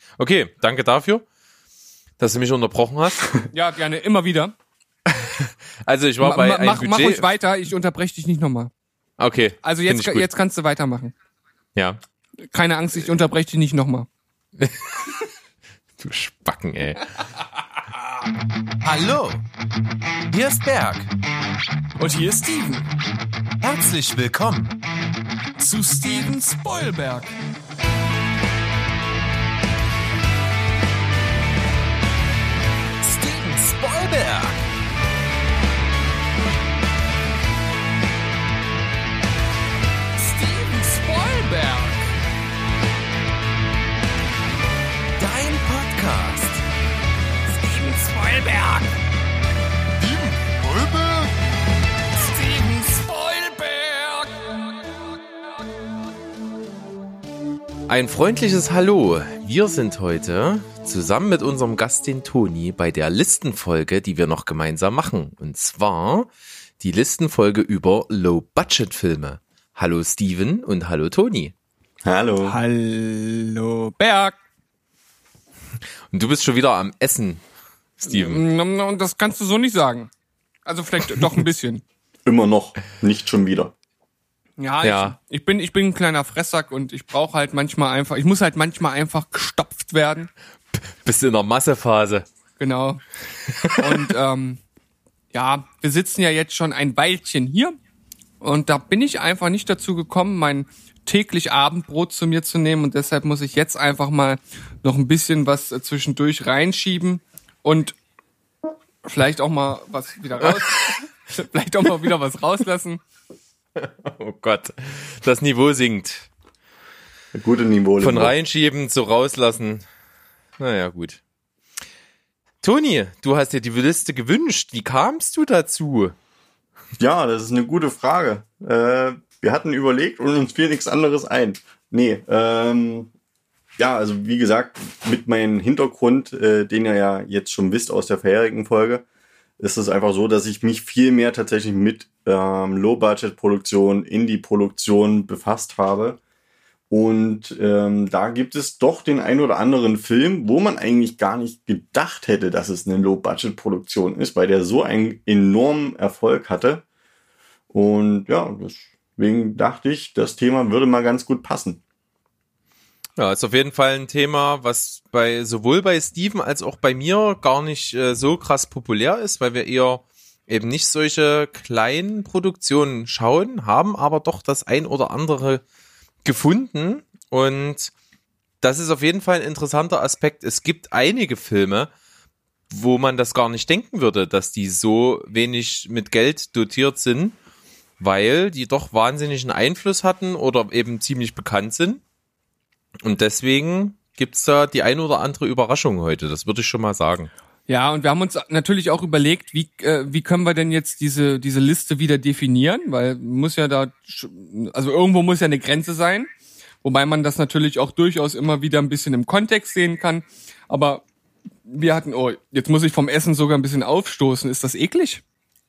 Okay, danke dafür, dass du mich unterbrochen hast. Ja, gerne, immer wieder. Also ich war bei einem Budget... Mach ruhig weiter, ich unterbreche dich nicht nochmal. Okay. Also jetzt kannst du weitermachen. Ja. Keine Angst, ich unterbreche dich nicht nochmal. Du Spacken, ey. Hallo, hier ist Berg. Und hier ist Steven. Herzlich willkommen Zu Steven Spoilberg. Steven Spoilberg. Steven Spoilberg. Dein Podcast. Steven Spoilberg. Steven Spoilberg. Ein freundliches Hallo. Wir sind heute zusammen mit unserem Gast, den Toni, bei der Listenfolge, die wir noch gemeinsam machen. Und zwar die Listenfolge über Low-Budget-Filme. Hallo Steven und hallo Toni. Hallo. Hallo Berg. Und du bist schon wieder am Essen, Steven. Und das kannst du so nicht sagen. Also vielleicht doch ein bisschen. Immer noch, nicht schon wieder. Ja. Ich bin ein kleiner Fresssack und ich brauche halt manchmal einfach, ich muss halt manchmal einfach gestopft werden. Bist in der Massephase. Genau. Und ja, wir sitzen ja jetzt schon ein Weilchen hier und da bin ich einfach nicht dazu gekommen, mein täglich Abendbrot zu mir zu nehmen und deshalb muss ich jetzt einfach mal noch ein bisschen was zwischendurch reinschieben und vielleicht auch mal was wieder raus, vielleicht auch mal wieder was rauslassen. Oh Gott, das Niveau sinkt. Gute Niveau. Von reinschieben zu rauslassen. Naja, gut. Toni, du hast dir die Liste gewünscht. Wie kamst du dazu? Ja, das ist eine gute Frage. Wir hatten überlegt und uns fiel nichts anderes ein. Nee, ja, also wie gesagt, mit meinem Hintergrund, den ihr ja jetzt schon wisst aus der vorherigen Folge, ist es einfach so, dass ich mich viel mehr tatsächlich mit Low-Budget-Produktion, Indie-Produktion befasst habe. Und da gibt es doch den ein oder anderen Film, wo man eigentlich gar nicht gedacht hätte, dass es eine Low-Budget-Produktion ist, weil der so einen enormen Erfolg hatte. Und ja, deswegen dachte ich, das Thema würde mal ganz gut passen. Ja, ist auf jeden Fall ein Thema, was sowohl bei Steven als auch bei mir gar nicht so krass populär ist, weil wir eher eben nicht solche kleinen Produktionen schauen, haben aber doch das ein oder andere gefunden. Und das ist auf jeden Fall ein interessanter Aspekt. Es gibt einige Filme, wo man das gar nicht denken würde, dass die so wenig mit Geld dotiert sind, weil die doch wahnsinnigen Einfluss hatten oder eben ziemlich bekannt sind. Und deswegen gibt's da die ein oder andere Überraschung heute, das würde ich schon mal sagen. Ja, und wir haben uns natürlich auch überlegt, wie können wir denn jetzt diese Liste wieder definieren, weil muss ja also irgendwo muss ja eine Grenze sein, wobei man das natürlich auch durchaus immer wieder ein bisschen im Kontext sehen kann, aber wir hatten, jetzt muss ich vom Essen sogar ein bisschen aufstoßen, ist das eklig?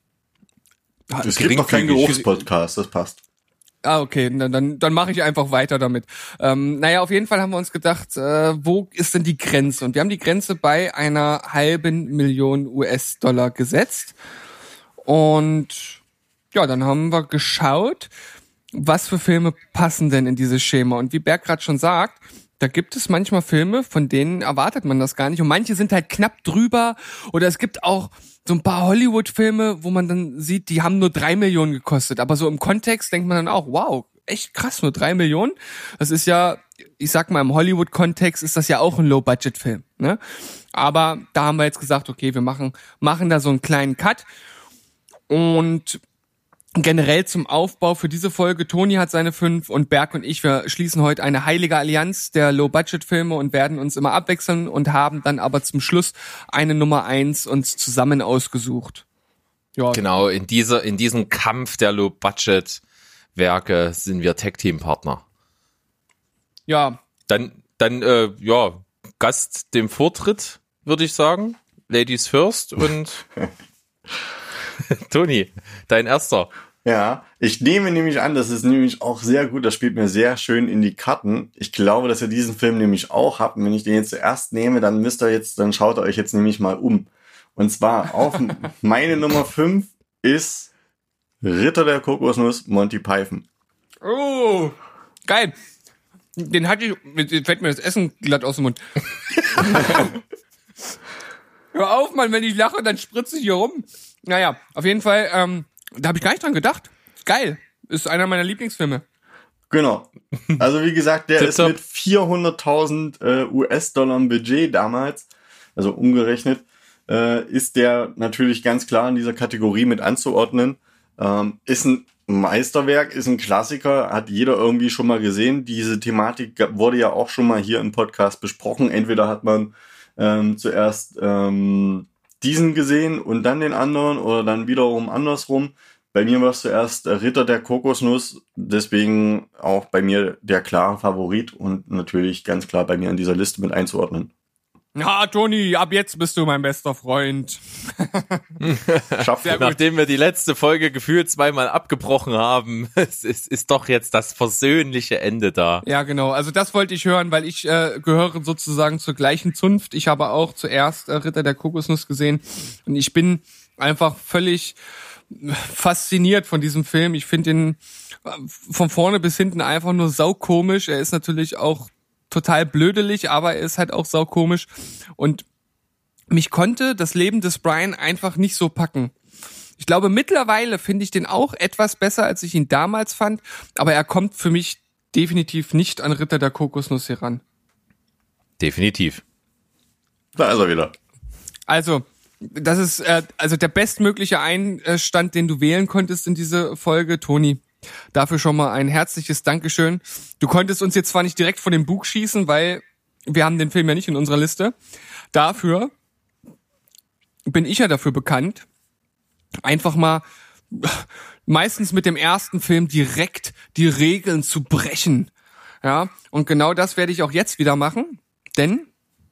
Es gibt noch keinen Geruchspodcast, das passt. Ah, okay, dann mache ich einfach weiter damit. Naja, auf jeden Fall haben wir uns gedacht, wo ist denn die Grenze? Und wir haben die Grenze bei einer $500.000 US-Dollar gesetzt. Und ja, dann haben wir geschaut, was für Filme passen denn in dieses Schema. Und wie Berg gerade schon sagt, da gibt es manchmal Filme, von denen erwartet man das gar nicht. Und manche sind halt knapp drüber. Oder es gibt auch so ein paar Hollywood-Filme, wo man dann sieht, die haben nur 3 Millionen gekostet. Aber so im Kontext denkt man dann auch, wow, echt krass, nur 3 Millionen. Das ist ja, ich sag mal, im Hollywood-Kontext ist das ja auch ein Low-Budget-Film, ne? Aber da haben wir jetzt gesagt, okay, wir machen da so einen kleinen Cut. Und generell zum Aufbau für diese Folge, Toni hat seine 5 und Berg und ich, wir schließen heute eine heilige Allianz der Low-Budget-Filme und werden uns immer abwechseln und haben dann aber zum Schluss eine Nummer 1 uns zusammen ausgesucht. Ja. Genau, in diesem Kampf der Low-Budget-Werke sind wir Tag-Team-Partner. Ja. Dann Gast dem Vortritt, würde ich sagen. Ladies first und Toni, dein erster. Ja, ich nehme nämlich an, das ist nämlich auch sehr gut, das spielt mir sehr schön in die Karten. Ich glaube, dass ihr diesen Film nämlich auch habt. Und wenn ich den jetzt zuerst nehme, dann dann schaut ihr euch jetzt nämlich mal um. Und zwar auf meine Nummer 5 ist Ritter der Kokosnuss, Monty Python. Oh, geil. Den hatte ich, jetzt fällt mir das Essen glatt aus dem Mund. Hör auf, Mann, wenn ich lache, dann spritze ich hier rum. Naja, auf jeden Fall, da habe ich gar nicht dran gedacht. Geil. Ist einer meiner Lieblingsfilme. Genau. Also wie gesagt, der ist Tipptopp. mit 400.000 US-Dollar im Budget damals, also umgerechnet, ist der natürlich ganz klar in dieser Kategorie mit anzuordnen. Ist ein Meisterwerk, ist ein Klassiker, hat jeder irgendwie schon mal gesehen. Diese Thematik wurde ja auch schon mal hier im Podcast besprochen. Entweder hat man zuerst diesen gesehen und dann den anderen oder dann wiederum andersrum. Bei mir war es zuerst Ritter der Kokosnuss, deswegen auch bei mir der klare Favorit und natürlich ganz klar bei mir in dieser Liste mit einzuordnen. Ja, Toni, ab jetzt bist du mein bester Freund. Schafft Sehr gut. Nachdem wir die letzte Folge gefühlt 2-mal abgebrochen haben, ist doch jetzt das versöhnliche Ende da. Ja, genau. Also das wollte ich hören, weil ich gehöre sozusagen zur gleichen Zunft. Ich habe auch zuerst Ritter der Kokosnuss gesehen und ich bin einfach völlig fasziniert von diesem Film. Ich finde ihn von vorne bis hinten einfach nur saukomisch. Er ist natürlich auch total blödelig, aber er ist halt auch saukomisch. Und mich konnte das Leben des Brian einfach nicht so packen. Ich glaube, mittlerweile finde ich den auch etwas besser, als ich ihn damals fand. Aber er kommt für mich definitiv nicht an Ritter der Kokosnuss heran. Definitiv. Da ist er wieder. Also, das ist also der bestmögliche Einstand, den du wählen konntest in diese Folge, Toni. Dafür schon mal ein herzliches Dankeschön. Du konntest uns jetzt zwar nicht direkt von dem Buch schießen, weil wir haben den Film ja nicht in unserer Liste. Dafür bin ich ja dafür bekannt, einfach mal meistens mit dem ersten Film direkt die Regeln zu brechen. Ja, und genau das werde ich auch jetzt wieder machen, denn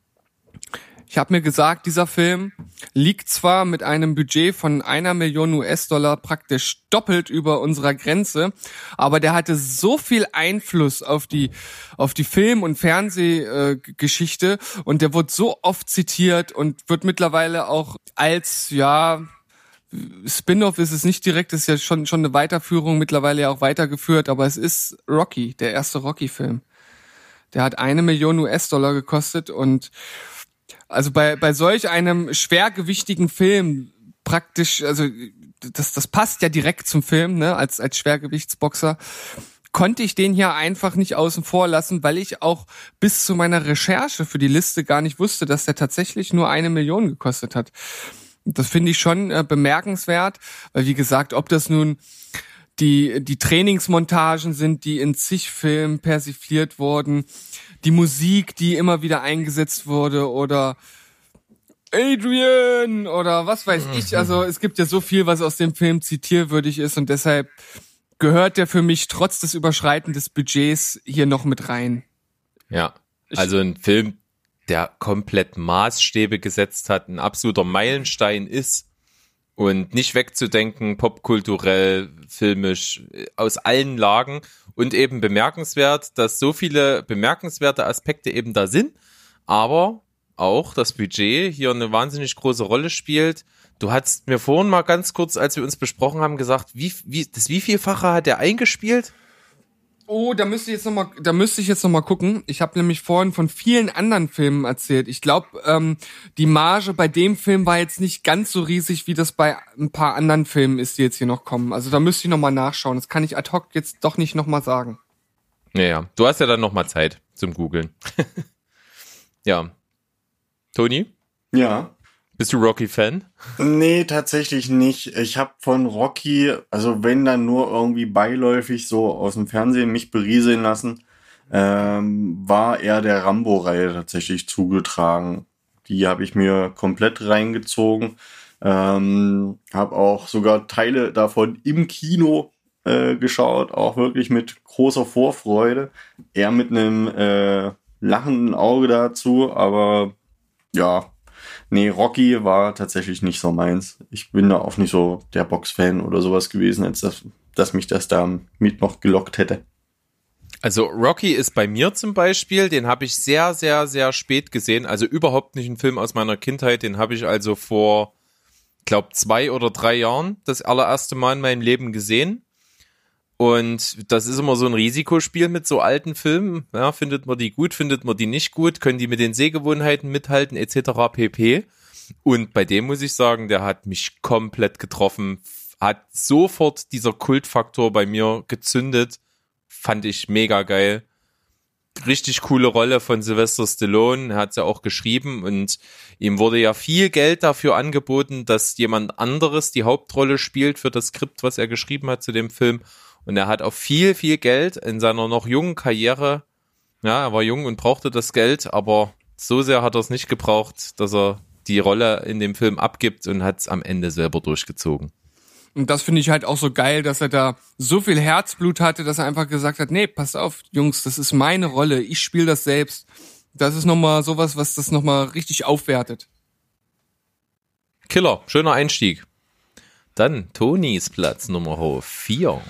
ich habe mir gesagt, dieser Film liegt zwar mit einem Budget von 1 Million US-Dollar praktisch doppelt über unserer Grenze, aber der hatte so viel Einfluss auf die Film- und Fernsehgeschichte und der wurde so oft zitiert und wird mittlerweile auch als, ja, Spin-off ist es nicht direkt, ist ja schon eine Weiterführung, mittlerweile ja auch weitergeführt, aber es ist Rocky, der erste Rocky-Film. Der hat 1 Million US-Dollar gekostet und also bei solch einem schwergewichtigen Film praktisch, also das passt ja direkt zum Film, ne, als Schwergewichtsboxer, konnte ich den hier einfach nicht außen vor lassen, weil ich auch bis zu meiner Recherche für die Liste gar nicht wusste, dass der tatsächlich nur 1 Million gekostet hat. Das finde ich schon bemerkenswert, weil wie gesagt, ob das nun die Trainingsmontagen sind, die in zig Filmen persifliert wurden, die Musik, die immer wieder eingesetzt wurde oder Adrian oder was weiß ich. Also es gibt ja so viel, was aus dem Film zitierwürdig ist und deshalb gehört der für mich trotz des Überschreiten des Budgets hier noch mit rein. Ja, also ein Film, der komplett Maßstäbe gesetzt hat, ein absoluter Meilenstein ist und nicht wegzudenken, popkulturell, filmisch, aus allen Lagen und eben bemerkenswert, dass so viele bemerkenswerte Aspekte eben da sind, aber auch das Budget hier eine wahnsinnig große Rolle spielt. Du hast mir vorhin mal ganz kurz, als wir uns besprochen haben, gesagt, wie vielfache hat der eingespielt? Oh, da müsste ich jetzt noch mal gucken. Ich habe nämlich vorhin von vielen anderen Filmen erzählt. Ich glaube, die Marge bei dem Film war jetzt nicht ganz so riesig, wie das bei ein paar anderen Filmen ist, die jetzt hier noch kommen. Also da müsste ich noch mal nachschauen. Das kann ich ad hoc jetzt doch nicht noch mal sagen. Naja, du hast ja dann noch mal Zeit zum Googeln. Ja. Toni? Ja. Bist du Rocky-Fan? Nee, tatsächlich nicht. Ich habe von Rocky, also wenn dann nur irgendwie beiläufig so aus dem Fernsehen mich berieseln lassen, war eher der Rambo-Reihe tatsächlich zugetragen. Die habe ich mir komplett reingezogen. Habe auch sogar Teile davon im Kino geschaut, auch wirklich mit großer Vorfreude. Eher mit einem lachenden Auge dazu, aber ja, Nee, Rocky war tatsächlich nicht so meins. Ich bin da auch nicht so der Boxfan oder sowas gewesen, als dass mich das da mit noch gelockt hätte. Also Rocky ist bei mir zum Beispiel, den habe ich sehr, sehr, sehr spät gesehen. Also überhaupt nicht ein Film aus meiner Kindheit. Den habe ich also vor, glaube 2 oder 3 Jahren das allererste Mal in meinem Leben gesehen. Und das ist immer so ein Risikospiel mit so alten Filmen. Ja, findet man die gut, findet man die nicht gut, können die mit den Sehgewohnheiten mithalten, etc. pp. Und bei dem muss ich sagen, der hat mich komplett getroffen, hat sofort dieser Kultfaktor bei mir gezündet, fand ich mega geil. Richtig coole Rolle von Sylvester Stallone, er hat es ja auch geschrieben und ihm wurde ja viel Geld dafür angeboten, dass jemand anderes die Hauptrolle spielt für das Skript, was er geschrieben hat zu dem Film. Und er hat auch viel, viel Geld in seiner noch jungen Karriere. Ja, er war jung und brauchte das Geld, aber so sehr hat er es nicht gebraucht, dass er die Rolle in dem Film abgibt und hat es am Ende selber durchgezogen. Und das finde ich halt auch so geil, dass er da so viel Herzblut hatte, dass er einfach gesagt hat, nee, passt auf, Jungs, das ist meine Rolle, ich spiele das selbst. Das ist nochmal sowas, was das nochmal richtig aufwertet. Killer, schöner Einstieg. Dann Tonis Platz Nummer 4.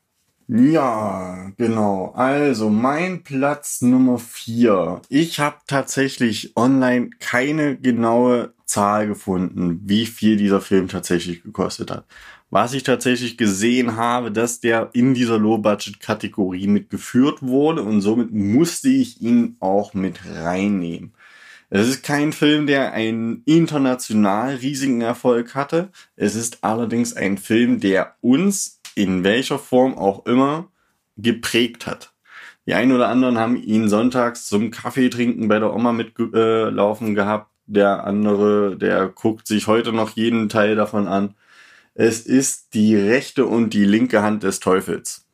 Ja, genau. Also mein Platz Nummer 4. Ich habe tatsächlich online keine genaue Zahl gefunden, wie viel dieser Film tatsächlich gekostet hat. Was ich tatsächlich gesehen habe, dass der in dieser Low-Budget-Kategorie mitgeführt wurde und somit musste ich ihn auch mit reinnehmen. Es ist kein Film, der einen international riesigen Erfolg hatte. Es ist allerdings ein Film, der uns in welcher Form auch immer geprägt hat. Die einen oder anderen haben ihn sonntags zum Kaffee trinken bei der Oma mitlaufen gehabt. Der andere, der guckt sich heute noch jeden Teil davon an. Es ist die rechte und die linke Hand des Teufels.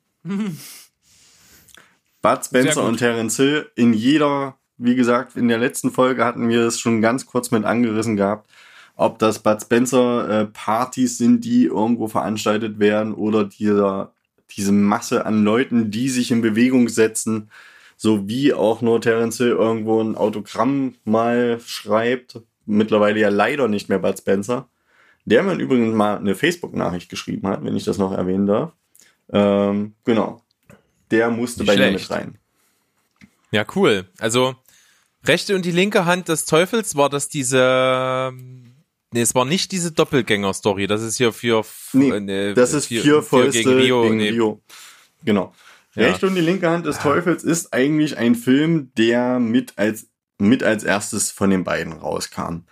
Bud Spencer und Terence Hill in jeder, wie gesagt, in der letzten Folge hatten wir es schon ganz kurz mit angerissen gehabt, ob das Bud Spencer Partys sind, die irgendwo veranstaltet werden oder diese Masse an Leuten, die sich in Bewegung setzen, so wie auch nur Terence Hill irgendwo ein Autogramm mal schreibt. Mittlerweile ja leider nicht mehr Bud Spencer. Der mir übrigens mal eine Facebook-Nachricht geschrieben hat, wenn ich das noch erwähnen darf. Genau. Der musste bei mir mit rein. Ja, cool. Also, rechte und die linke Hand des Teufels, war das diese... Nee, es war nicht diese Doppelgänger-Story. Das ist hier für... das ist vier Fäuste gegen Rio. Genau. Ja. Rechte und die linke Hand des Teufels ist eigentlich ein Film, der mit als erstes von den beiden rauskam.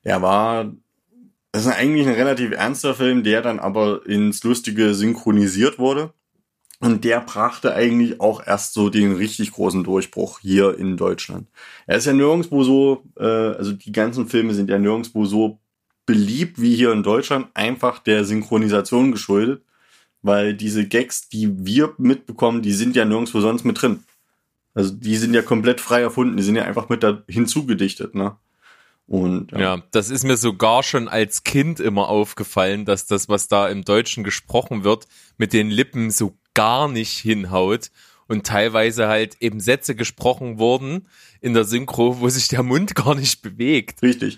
Das ist eigentlich ein relativ ernster Film, der dann aber ins Lustige synchronisiert wurde. Und der brachte eigentlich auch erst so den richtig großen Durchbruch hier in Deutschland. Er ist ja nirgendwo so, also die ganzen Filme sind ja nirgendwo so beliebt wie hier in Deutschland, einfach der Synchronisation geschuldet. Weil diese Gags, die wir mitbekommen, die sind ja nirgendwo sonst mit drin. Also die sind ja komplett frei erfunden, die sind ja einfach mit da hinzugedichtet, ne? Und, ja, das ist mir sogar schon als Kind immer aufgefallen, dass das, was da im Deutschen gesprochen wird, mit den Lippen so gar nicht hinhaut und teilweise halt eben Sätze gesprochen wurden in der Synchro, wo sich der Mund gar nicht bewegt. Richtig.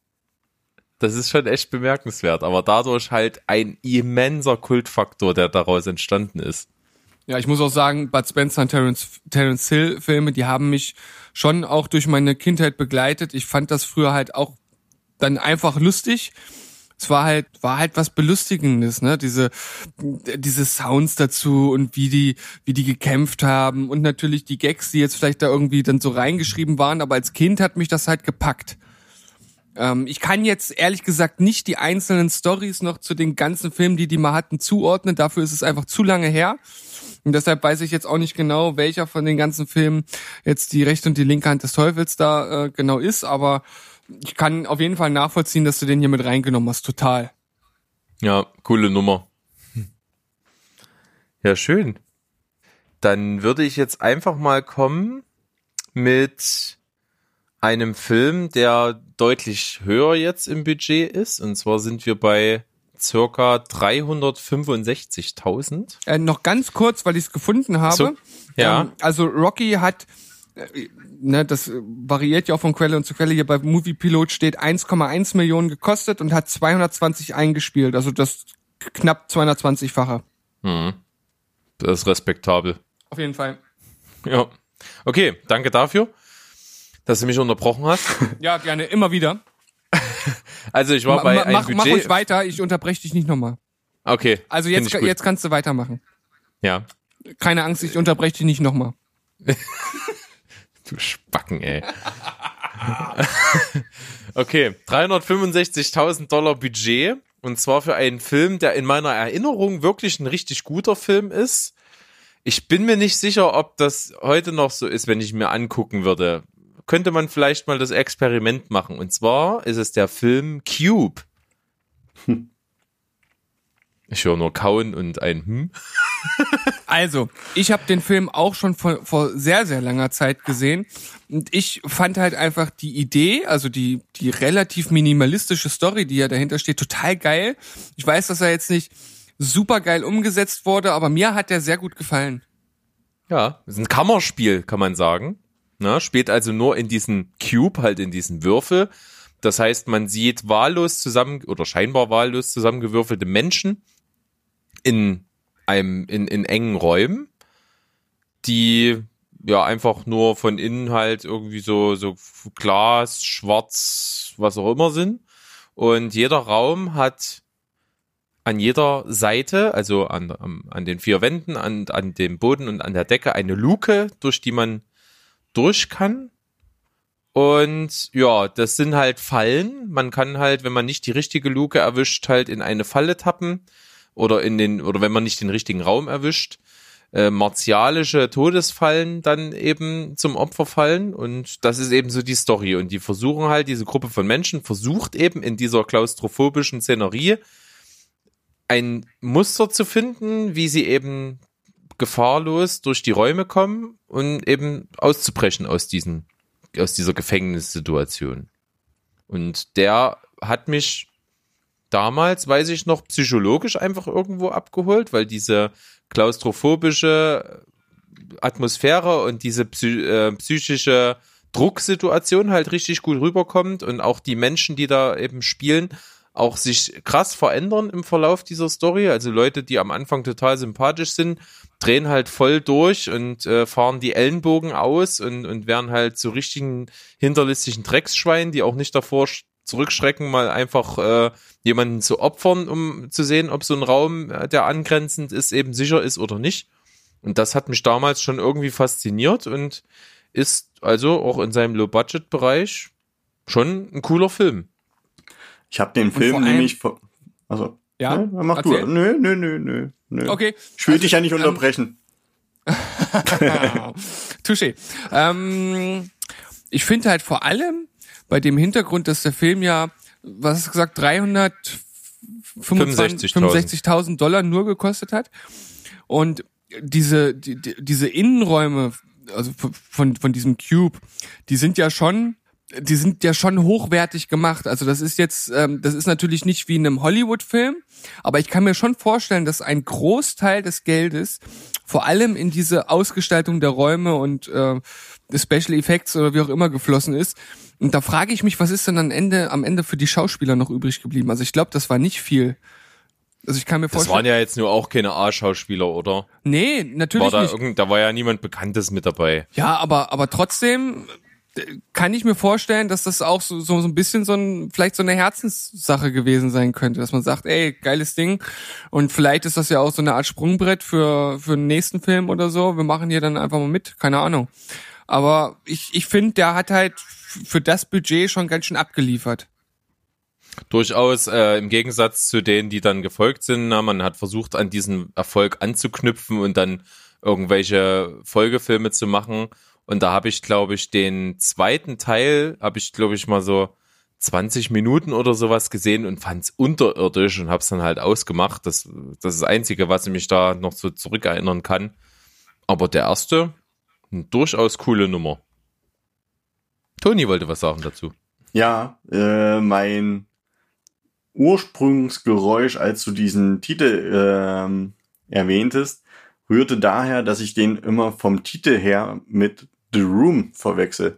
Das ist schon echt bemerkenswert, aber dadurch halt ein immenser Kultfaktor, der daraus entstanden ist. Ja, ich muss auch sagen, Bud Spencer und Terence Hill Filme, die haben mich schon auch durch meine Kindheit begleitet. Ich fand das früher halt auch dann einfach lustig. Es war halt was Belustigendes, ne? Diese Sounds dazu und wie die gekämpft haben und natürlich die Gags, die jetzt vielleicht da irgendwie dann so reingeschrieben waren, aber als Kind hat mich das halt gepackt. Ich kann jetzt ehrlich gesagt nicht die einzelnen Storys noch zu den ganzen Filmen, die mal hatten, zuordnen. Dafür ist es einfach zu lange her. Und deshalb weiß ich jetzt auch nicht genau, welcher von den ganzen Filmen jetzt die rechte und die linke Hand des Teufels da genau ist. Aber ich kann auf jeden Fall nachvollziehen, dass du den hier mit reingenommen hast. Total. Ja, coole Nummer. Ja, schön. Dann würde ich jetzt einfach mal kommen mit einem Film, der deutlich höher jetzt im Budget ist. Und zwar sind wir bei circa 365.000. Noch ganz kurz, weil ich es gefunden habe. So, ja. Also Rocky hat Ne, das variiert ja auch von Quelle und zu Quelle. Hier bei Moviepilot steht 1,1 Millionen gekostet und hat 220 eingespielt. Also das knapp 220-fache. Das ist respektabel. Auf jeden Fall. Ja. Okay, danke dafür, dass du mich unterbrochen hast. Ja, gerne, immer wieder. Also ich war bei einem Budget... Mach ruhig weiter, ich unterbreche dich nicht nochmal. Okay. Also jetzt kannst du weitermachen. Ja. Keine Angst, ich unterbreche dich nicht nochmal. Du Spacken, ey. Okay, $365.000 Budget. Und zwar für einen Film, der in meiner Erinnerung wirklich ein richtig guter Film ist. Ich bin mir nicht sicher, ob das heute noch so ist, wenn ich mir angucken würde. Könnte man vielleicht mal das Experiment machen. Und zwar ist es der Film Cube. Ich höre nur Kauen und ein Also, ich habe den Film auch schon vor sehr, sehr langer Zeit gesehen und ich fand halt einfach die Idee, also die relativ minimalistische Story, die ja dahinter steht, total geil. Ich weiß, dass er jetzt nicht super geil umgesetzt wurde, aber mir hat der sehr gut gefallen. Ja, ist ein Kammerspiel, kann man sagen. Na, spielt also nur in diesen Cube, halt in diesen Würfel. Das heißt, man sieht wahllos zusammen oder scheinbar wahllos zusammengewürfelte Menschen in engen Räumen, die ja einfach nur von innen halt irgendwie so Glas, schwarz, was auch immer sind. Und jeder Raum hat an jeder Seite, also an den 4 Wänden, an dem Boden und an der Decke eine Luke, durch die man durch kann. Und ja, das sind halt Fallen. Man kann halt, wenn man nicht die richtige Luke erwischt, halt in eine Falle tappen. Oder wenn man nicht den richtigen Raum erwischt, martialische Todesfallen dann eben zum Opfer fallen. Und das ist eben so die Story. Und die versuchen halt, diese Gruppe von Menschen versucht eben in dieser klaustrophobischen Szenerie ein Muster zu finden, wie sie eben gefahrlos durch die Räume kommen und eben auszubrechen aus dieser Gefängnissituation. Und der hat mich damals, weiß ich noch, psychologisch einfach irgendwo abgeholt, weil diese klaustrophobische Atmosphäre und diese psychische Drucksituation halt richtig gut rüberkommt und auch die Menschen, die da eben spielen, auch sich krass verändern im Verlauf dieser Story. Also Leute, die am Anfang total sympathisch sind, drehen halt voll durch und fahren die Ellenbogen aus und werden halt zu richtigen hinterlistigen Drecksschweinen, die auch nicht davor zurückschrecken, mal einfach jemanden zu opfern, um zu sehen, ob so ein Raum, der angrenzend ist, eben sicher ist oder nicht. Und das hat mich damals schon irgendwie fasziniert und ist also auch in seinem Low-Budget-Bereich schon ein cooler Film. Ich habe den Film nämlich... Also, ja, ne, mach du. Nö. Okay. Ich will dich ja nicht unterbrechen. Touché. Ich finde halt vor allem bei dem Hintergrund, dass der Film ja, was hast du gesagt, $365.000 nur gekostet hat. Und diese Innenräume, also von diesem Cube, die sind ja schon hochwertig gemacht. Also das ist natürlich nicht wie in einem Hollywood-Film, aber ich kann mir schon vorstellen, dass ein Großteil des Geldes vor allem in diese Ausgestaltung der Räume und Special Effects oder wie auch immer geflossen ist. Und da frage ich mich, was ist denn am Ende für die Schauspieler noch übrig geblieben? Also ich glaube, das war nicht viel. Also ich kann mir vorstellen. Das waren ja jetzt nur auch keine A-Schauspieler, oder? Nee, natürlich nicht. Da war ja niemand Bekanntes mit dabei. Ja, aber trotzdem kann ich mir vorstellen, dass das auch so ein bisschen vielleicht so eine Herzenssache gewesen sein könnte, dass man sagt, ey, geiles Ding und vielleicht ist das ja auch so eine Art Sprungbrett für den nächsten Film oder so, wir machen hier dann einfach mal mit, keine Ahnung. Aber ich finde, der hat halt für das Budget schon ganz schön abgeliefert. Durchaus im Gegensatz zu denen, die dann gefolgt sind, man hat versucht, an diesen Erfolg anzuknüpfen und dann irgendwelche Folgefilme zu machen. Und da habe ich, glaube ich, den zweiten Teil, mal so 20 Minuten oder sowas gesehen und fand es unterirdisch und habe es dann halt ausgemacht. Das ist das Einzige, was ich mich da noch so zurückerinnern kann. Aber der erste, eine durchaus coole Nummer. Toni wollte was sagen dazu. Ja, mein Ursprungsgeräusch, als du diesen Titel erwähntest, rührte daher, dass ich den immer vom Titel her mit The Room verwechsel.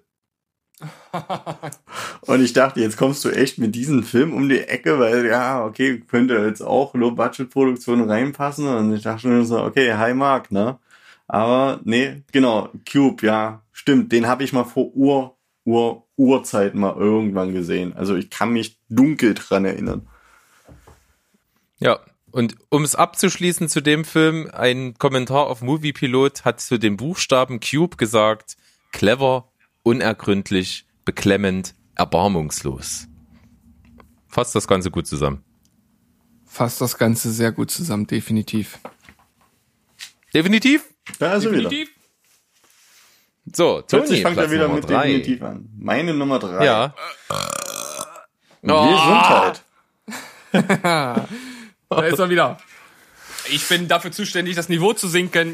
Und ich dachte, jetzt kommst du echt mit diesem Film um die Ecke, weil ja, okay, könnte jetzt auch Low-Budget-Produktion reinpassen. Und ich dachte schon so, okay, hi Mark, ne? Aber nee, genau, Cube, ja, stimmt, den habe ich mal vor Urzeiten mal irgendwann gesehen. Also ich kann mich dunkel dran erinnern. Ja, und um es abzuschließen zu dem Film, ein Kommentar auf Moviepilot hat zu dem Buchstaben Cube gesagt: clever, unergründlich, beklemmend, erbarmungslos. Fasst das Ganze gut zusammen. Fasst das Ganze sehr gut zusammen, definitiv. Definitiv? Da ist er wieder. So, Toni, Plötzlich fängt er wieder Nummer mit 3. definitiv an. Meine Nummer 3. Ja. Gesundheit. Da ist er wieder. Ich bin dafür zuständig, das Niveau zu senken.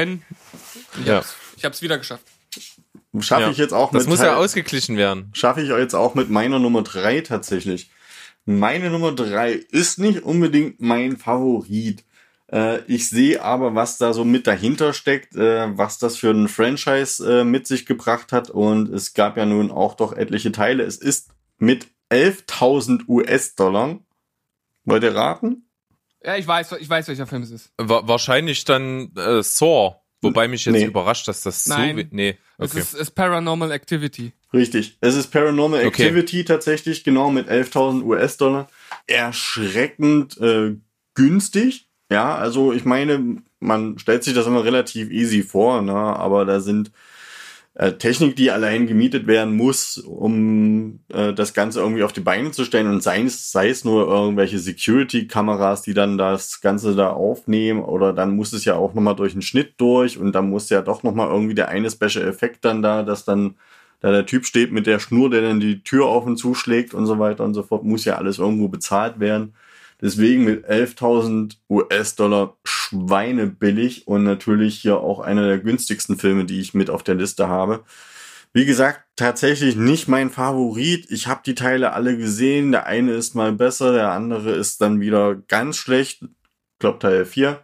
Ich hab's wieder geschafft. Schaffe ich jetzt auch Das mit muss ja ausgeglichen werden. Schaffe ich jetzt auch mit meiner Nummer 3 tatsächlich. Meine Nummer 3 ist nicht unbedingt mein Favorit. Ich sehe aber, was da so mit dahinter steckt, was das für ein Franchise mit sich gebracht hat. Und es gab ja nun auch doch etliche Teile. Es ist mit 11.000 US-Dollar. Wollt ihr raten? Ja, ich weiß, welcher Film es ist. Wahrscheinlich dann Saw. Wobei mich jetzt Nee. überrascht, dass das Nein. so... Nee, Es okay. ist Paranormal Activity. Richtig. Es ist Paranormal Okay. Activity tatsächlich, genau, mit 11.000 US-Dollar. Erschreckend günstig. Ja, also ich meine, man stellt sich das immer relativ easy vor, ne? Aber da sind Technik, die allein gemietet werden muss, um das Ganze irgendwie auf die Beine zu stellen, und sei es nur irgendwelche Security-Kameras, die dann das Ganze da aufnehmen, oder dann muss es ja auch nochmal durch einen Schnitt durch, und dann muss ja doch nochmal irgendwie der eine Special-Effekt dann da, dass dann da der Typ steht mit der Schnur, der dann die Tür auf und zuschlägt und so weiter und so fort, muss ja alles irgendwo bezahlt werden. Deswegen mit 11.000 US-Dollar schweinebillig und natürlich hier auch einer der günstigsten Filme, die ich mit auf der Liste habe. Wie gesagt, tatsächlich nicht mein Favorit. Ich habe die Teile alle gesehen. Der eine ist mal besser, der andere ist dann wieder ganz schlecht. Ich glaube Teil 4.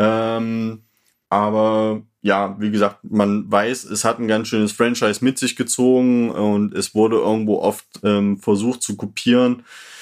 Aber ja, wie gesagt, man weiß, es hat ein ganz schönes Franchise mit sich gezogen und es wurde irgendwo oft versucht zu kopieren.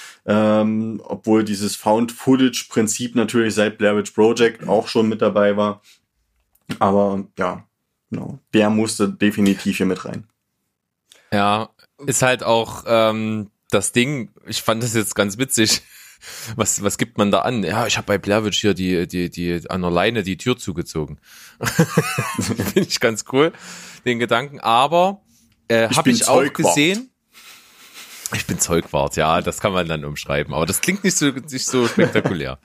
Obwohl dieses Found-Footage-Prinzip natürlich seit Blair Witch Project auch schon mit dabei war. Aber ja, genau, der musste definitiv hier mit rein. Ja, ist halt auch das Ding, ich fand das jetzt ganz witzig. Was gibt man da an? Ja, ich habe bei Blair Witch hier die an der Leine die Tür zugezogen. Finde ich ganz cool, den Gedanken. Aber habe ich auch gesehen. Ich bin Zeugwart, ja, das kann man dann umschreiben. Aber das klingt nicht so spektakulär.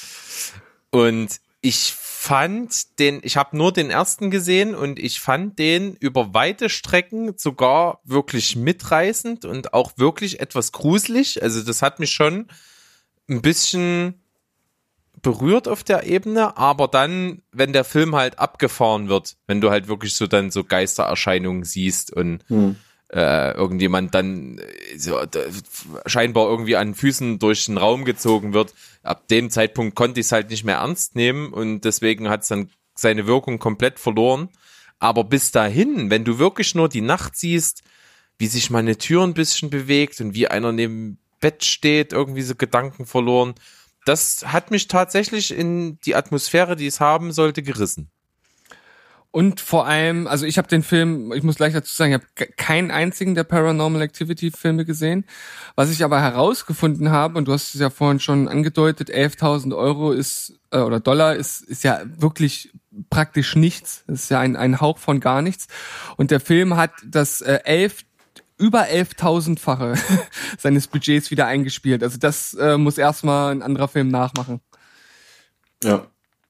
Und ich habe nur den ersten gesehen und ich fand den über weite Strecken sogar wirklich mitreißend und auch wirklich etwas gruselig. Also das hat mich schon ein bisschen berührt auf der Ebene, aber dann, wenn der Film halt abgefahren wird, wenn du halt wirklich so dann so Geistererscheinungen siehst und irgendjemand dann scheinbar irgendwie an Füßen durch den Raum gezogen wird, ab dem Zeitpunkt konnte ich es halt nicht mehr ernst nehmen und deswegen hat es dann seine Wirkung komplett verloren. Aber bis dahin, wenn du wirklich nur die Nacht siehst, wie sich meine Tür ein bisschen bewegt und wie einer neben dem Bett steht, irgendwie so Gedanken verloren, das hat mich tatsächlich in die Atmosphäre, die es haben sollte, gerissen. Und vor allem, also ich habe den Film, ich muss gleich dazu sagen, ich habe keinen einzigen der Paranormal Activity Filme gesehen. Was ich aber herausgefunden habe, und du hast es ja vorhin schon angedeutet, 11.000 Euro ist, oder Dollar ist ja wirklich praktisch nichts. Das ist ja ein Hauch von gar nichts. Und der Film hat das über 11.000-fache seines Budgets wieder eingespielt. Also das muss erstmal ein anderer Film nachmachen. Ja.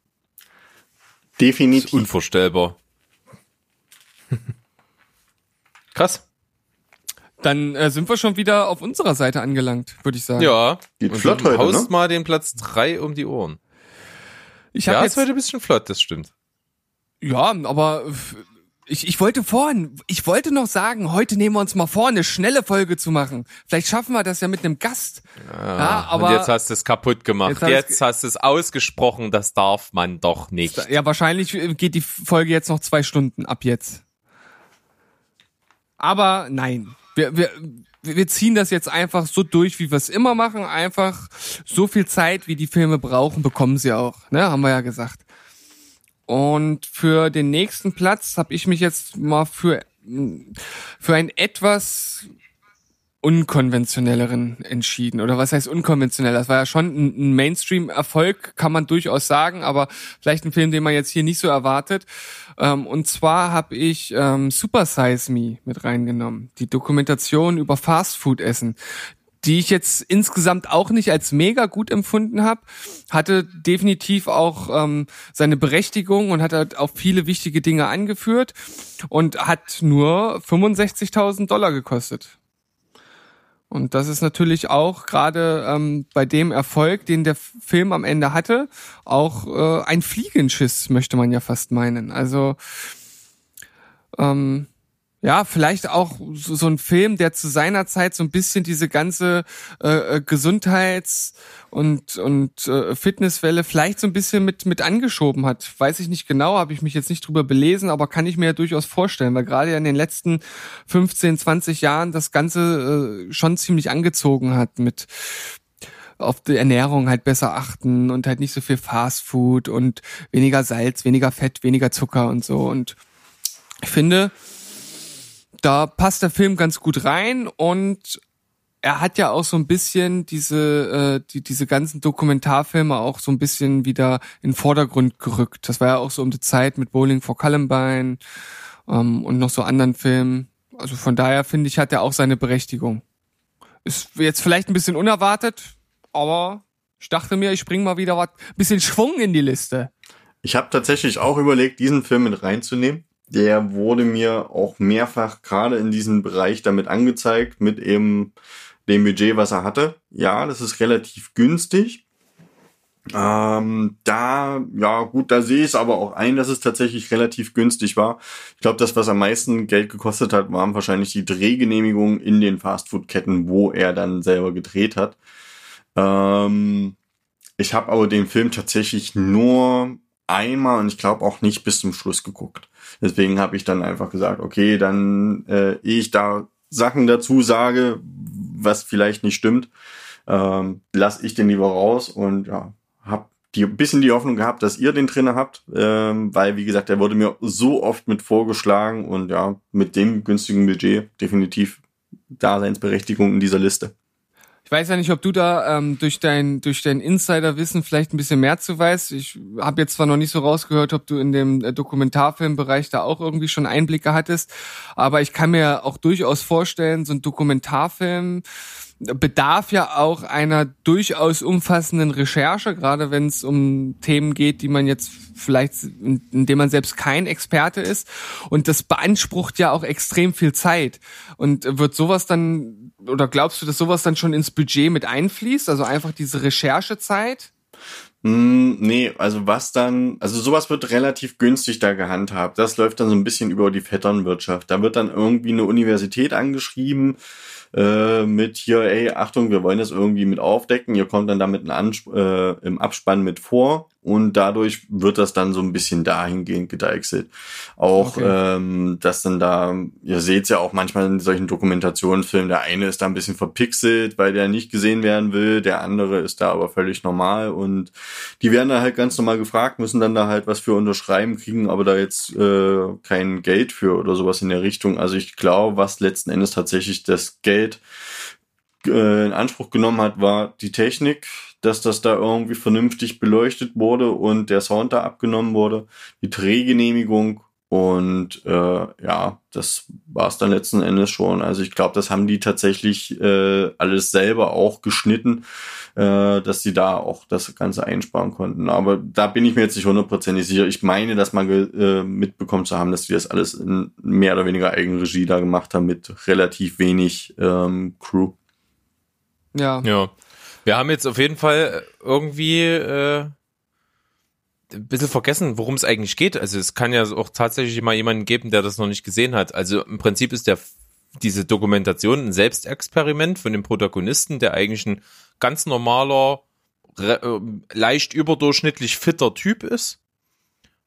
Definitiv. Unvorstellbar. Krass. Dann sind wir schon wieder auf unserer Seite angelangt, würde ich sagen. Ja. Geht und flott du heute, haust ne? mal den Platz 3 um die Ohren. Ich habe Ja, jetzt ist heute ein bisschen flott, das stimmt. Ja, aber ich wollte noch sagen, heute nehmen wir uns mal vor, eine schnelle Folge zu machen. Vielleicht schaffen wir das ja mit einem Gast. Ja, aber und jetzt hast du es kaputt gemacht. Jetzt hast du es ausgesprochen, das darf man doch nicht. ja, wahrscheinlich geht die Folge jetzt noch 2 Stunden ab jetzt. Aber nein, wir ziehen das jetzt einfach so durch, wie wir es immer machen. Einfach so viel Zeit, wie die Filme brauchen, bekommen sie auch. Ne, haben wir ja gesagt. Und für den nächsten Platz habe ich mich jetzt mal für einen etwas unkonventionelleren entschieden. Oder was heißt unkonventionell? Das war ja schon ein Mainstream-Erfolg, kann man durchaus sagen, aber vielleicht ein Film, den man jetzt hier nicht so erwartet. Und zwar habe ich Super Size Me mit reingenommen. Die Dokumentation über Fastfood-Essen, die ich jetzt insgesamt auch nicht als mega gut empfunden habe, hatte definitiv auch seine Berechtigung und hat halt auch viele wichtige Dinge angeführt und hat nur $65.000 gekostet. Und das ist natürlich auch gerade bei dem Erfolg, den der Film am Ende hatte, auch ein Fliegenschiss, möchte man ja fast meinen. Also ja, vielleicht auch so ein Film, der zu seiner Zeit so ein bisschen diese ganze Gesundheits- und Fitnesswelle vielleicht so ein bisschen mit angeschoben hat. Weiß ich nicht genau, habe ich mich jetzt nicht drüber belesen, aber kann ich mir ja durchaus vorstellen, weil gerade ja in den letzten 15, 20 Jahren das Ganze schon ziemlich angezogen hat mit auf die Ernährung halt besser achten und halt nicht so viel Fastfood und weniger Salz, weniger Fett, weniger Zucker und so. Und ich finde, da passt der Film ganz gut rein und er hat ja auch so ein bisschen diese ganzen Dokumentarfilme auch so ein bisschen wieder in den Vordergrund gerückt. Das war ja auch so um die Zeit mit Bowling for Columbine und noch so anderen Filmen. Also von daher finde ich, hat er auch seine Berechtigung. Ist jetzt vielleicht ein bisschen unerwartet, aber ich dachte mir, ich bringe mal wieder ein bisschen Schwung in die Liste. Ich habe tatsächlich auch überlegt, diesen Film mit reinzunehmen. Der wurde mir auch mehrfach gerade in diesem Bereich damit angezeigt, mit eben dem Budget, was er hatte. Ja, das ist relativ günstig. Da sehe ich es aber auch ein, dass es tatsächlich relativ günstig war. Ich glaube, das, was am meisten Geld gekostet hat, waren wahrscheinlich die Drehgenehmigungen in den Fastfood-Ketten, wo er dann selber gedreht hat. Ich habe aber den Film tatsächlich nur einmal und ich glaube auch nicht bis zum Schluss geguckt. Deswegen habe ich dann einfach gesagt, okay, dann ehe ich da Sachen dazu sage, was vielleicht nicht stimmt, lasse ich den lieber raus und ja, habe ein bisschen die Hoffnung gehabt, dass ihr den drinne habt, weil, wie gesagt, der wurde mir so oft mit vorgeschlagen und ja, mit dem günstigen Budget definitiv Daseinsberechtigung in dieser Liste. Ich weiß ja nicht, ob du da durch dein Insiderwissen vielleicht ein bisschen mehr zu weißt. Ich habe jetzt zwar noch nicht so rausgehört, ob du in dem Dokumentarfilmbereich da auch irgendwie schon Einblicke hattest, aber ich kann mir auch durchaus vorstellen, so ein Dokumentarfilm bedarf ja auch einer durchaus umfassenden Recherche, gerade wenn es um Themen geht, die man jetzt vielleicht, in dem man selbst kein Experte ist. Und das beansprucht ja auch extrem viel Zeit. Und wird sowas dann, oder glaubst du, dass sowas dann schon ins Budget mit einfließt? Also einfach diese Recherchezeit? Nee, also sowas wird relativ günstig da gehandhabt. Das läuft dann so ein bisschen über die Vetternwirtschaft. Da wird dann irgendwie eine Universität angeschrieben, mit hier, ey, Achtung, wir wollen das irgendwie mit aufdecken. Ihr kommt dann damit im Abspann mit vor und dadurch wird das dann so ein bisschen dahingehend gedeichselt. Auch, okay. Dass dann da, ihr seht's ja auch manchmal in solchen Dokumentationsfilmen, der eine ist da ein bisschen verpixelt, weil der nicht gesehen werden will, der andere ist da aber völlig normal und die werden da halt ganz normal gefragt, müssen dann da halt was für unterschreiben, kriegen aber da jetzt kein Geld für oder sowas in der Richtung. Also ich glaube, was letzten Endes tatsächlich das Geld in Anspruch genommen hat, war die Technik, dass das da irgendwie vernünftig beleuchtet wurde und der Sound da abgenommen wurde, die Drehgenehmigung und das war es dann letzten Endes schon. Also ich glaube, das haben die tatsächlich alles selber auch geschnitten, dass sie da auch das Ganze einsparen konnten. Aber da bin ich mir jetzt nicht 100% sicher. Ich meine, dass man mitbekommen zu haben, dass die das alles in mehr oder weniger Eigenregie da gemacht haben mit relativ wenig Crew. Ja. Wir haben jetzt auf jeden Fall irgendwie ein bisschen vergessen, worum es eigentlich geht. Also es kann ja auch tatsächlich mal jemanden geben, der das noch nicht gesehen hat. Also im Prinzip ist diese Dokumentation ein Selbstexperiment von dem Protagonisten, der eigentlich ein ganz normaler, leicht überdurchschnittlich fitter Typ ist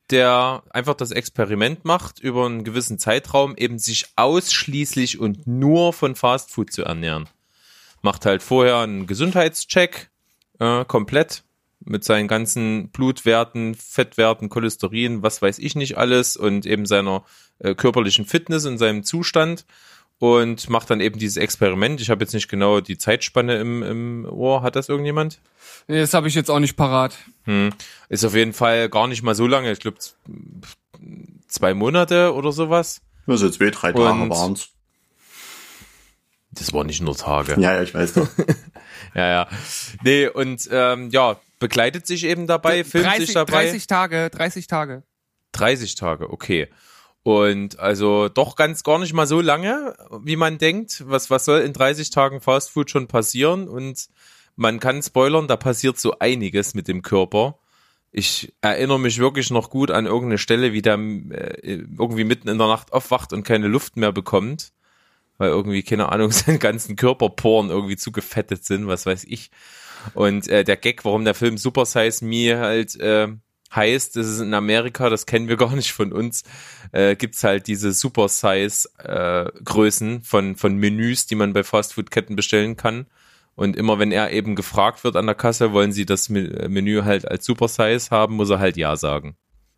der einfach das Experiment macht, über einen gewissen Zeitraum eben sich ausschließlich und nur von Fastfood zu ernähren. Macht halt vorher einen Gesundheitscheck, komplett, mit seinen ganzen Blutwerten, Fettwerten, Cholesterin, was weiß ich nicht alles und eben seiner körperlichen Fitness und seinem Zustand und macht dann eben dieses Experiment. Ich habe jetzt nicht genau die Zeitspanne im Ohr. Hat das irgendjemand? Nee, das habe ich jetzt auch nicht parat. Ist auf jeden Fall gar nicht mal so lange. Ich glaube 2 Monate oder sowas. Also 2, 3 Tage waren's. Das waren nicht nur Tage. Ja, ich weiß doch. Ja. Nee, und begleitet sich eben dabei, filmt sich dabei. 30 Tage. 30 Tage, okay. Und also doch gar nicht mal so lange, wie man denkt. Was soll in 30 Tagen Fastfood schon passieren? Und man kann spoilern, da passiert so einiges mit dem Körper. Ich erinnere mich wirklich noch gut an irgendeine Stelle, wie der irgendwie mitten in der Nacht aufwacht und keine Luft mehr bekommt, weil irgendwie, keine Ahnung, seine ganzen Körperporen irgendwie zu gefettet sind, was weiß ich. Und der Gag, warum der Film Super Size Me halt heißt, das ist in Amerika, das kennen wir gar nicht von uns, gibt's halt diese Super Size Größen von Menüs, die man bei Fastfood-Ketten bestellen kann. Und immer wenn er eben gefragt wird an der Kasse, wollen sie das Menü halt als Super Size haben, muss er halt Ja sagen.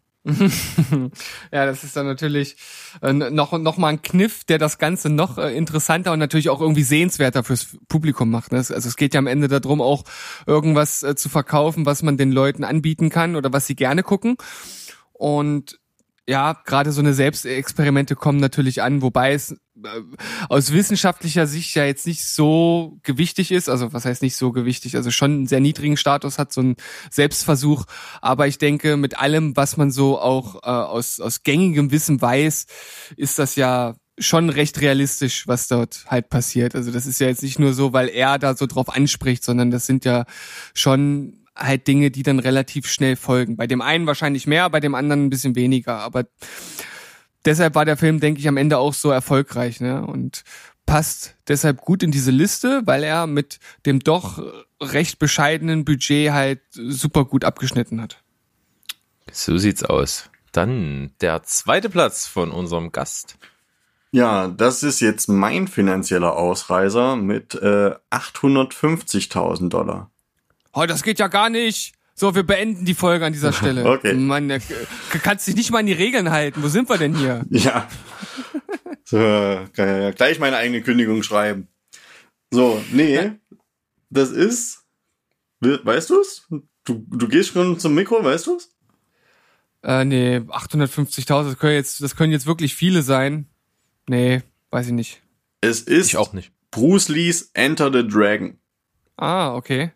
Ja, das ist dann natürlich noch mal ein Kniff, der das Ganze noch interessanter und natürlich auch irgendwie sehenswerter fürs Publikum macht. Ne? Also es geht ja am Ende darum, auch irgendwas zu verkaufen, was man den Leuten anbieten kann oder was sie gerne gucken. Und ja, gerade so eine Selbstexperimente kommen natürlich an, wobei es aus wissenschaftlicher Sicht ja jetzt nicht so gewichtig ist, also was heißt nicht so gewichtig, also schon einen sehr niedrigen Status hat, so ein Selbstversuch, aber ich denke, mit allem, was man so auch aus gängigem Wissen weiß, ist das ja schon recht realistisch, was dort halt passiert. Also das ist ja jetzt nicht nur so, weil er da so drauf anspricht, sondern das sind ja schon halt Dinge, die dann relativ schnell folgen. Bei dem einen wahrscheinlich mehr, bei dem anderen ein bisschen weniger, aber deshalb war der Film, denke ich, am Ende auch so erfolgreich, ne? Und passt deshalb gut in diese Liste, weil er mit dem doch recht bescheidenen Budget halt super gut abgeschnitten hat. So sieht's aus. Dann der 2. Platz von unserem Gast. Ja, das ist jetzt mein finanzieller Ausreißer mit $850.000. Oh, das geht ja gar nicht. So, wir beenden die Folge an dieser Stelle. Okay. Mann, kannst dich nicht mal an die Regeln halten. Wo sind wir denn hier? Ja. So, kann ja gleich meine eigene Kündigung schreiben. So, nee, das ist, weißt du's? Du gehst schon zum Mikro, weißt du's? Nee, 850.000, das können jetzt wirklich viele sein. Nee, weiß ich nicht. Es ist Ich auch nicht. Bruce Lees Enter the Dragon. Ah, okay.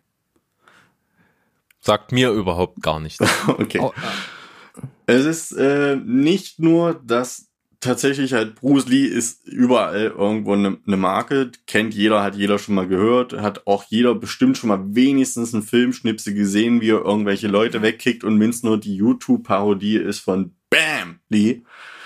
Sagt mir überhaupt gar nichts. Okay. Oh, Es ist nicht nur, dass tatsächlich halt Bruce Lee ist überall irgendwo eine Marke, kennt jeder, hat jeder schon mal gehört, hat auch jeder bestimmt schon mal wenigstens einen Filmschnipsel gesehen, wie er irgendwelche Leute wegkickt und wenn es nur die YouTube-Parodie ist von Bam Lee.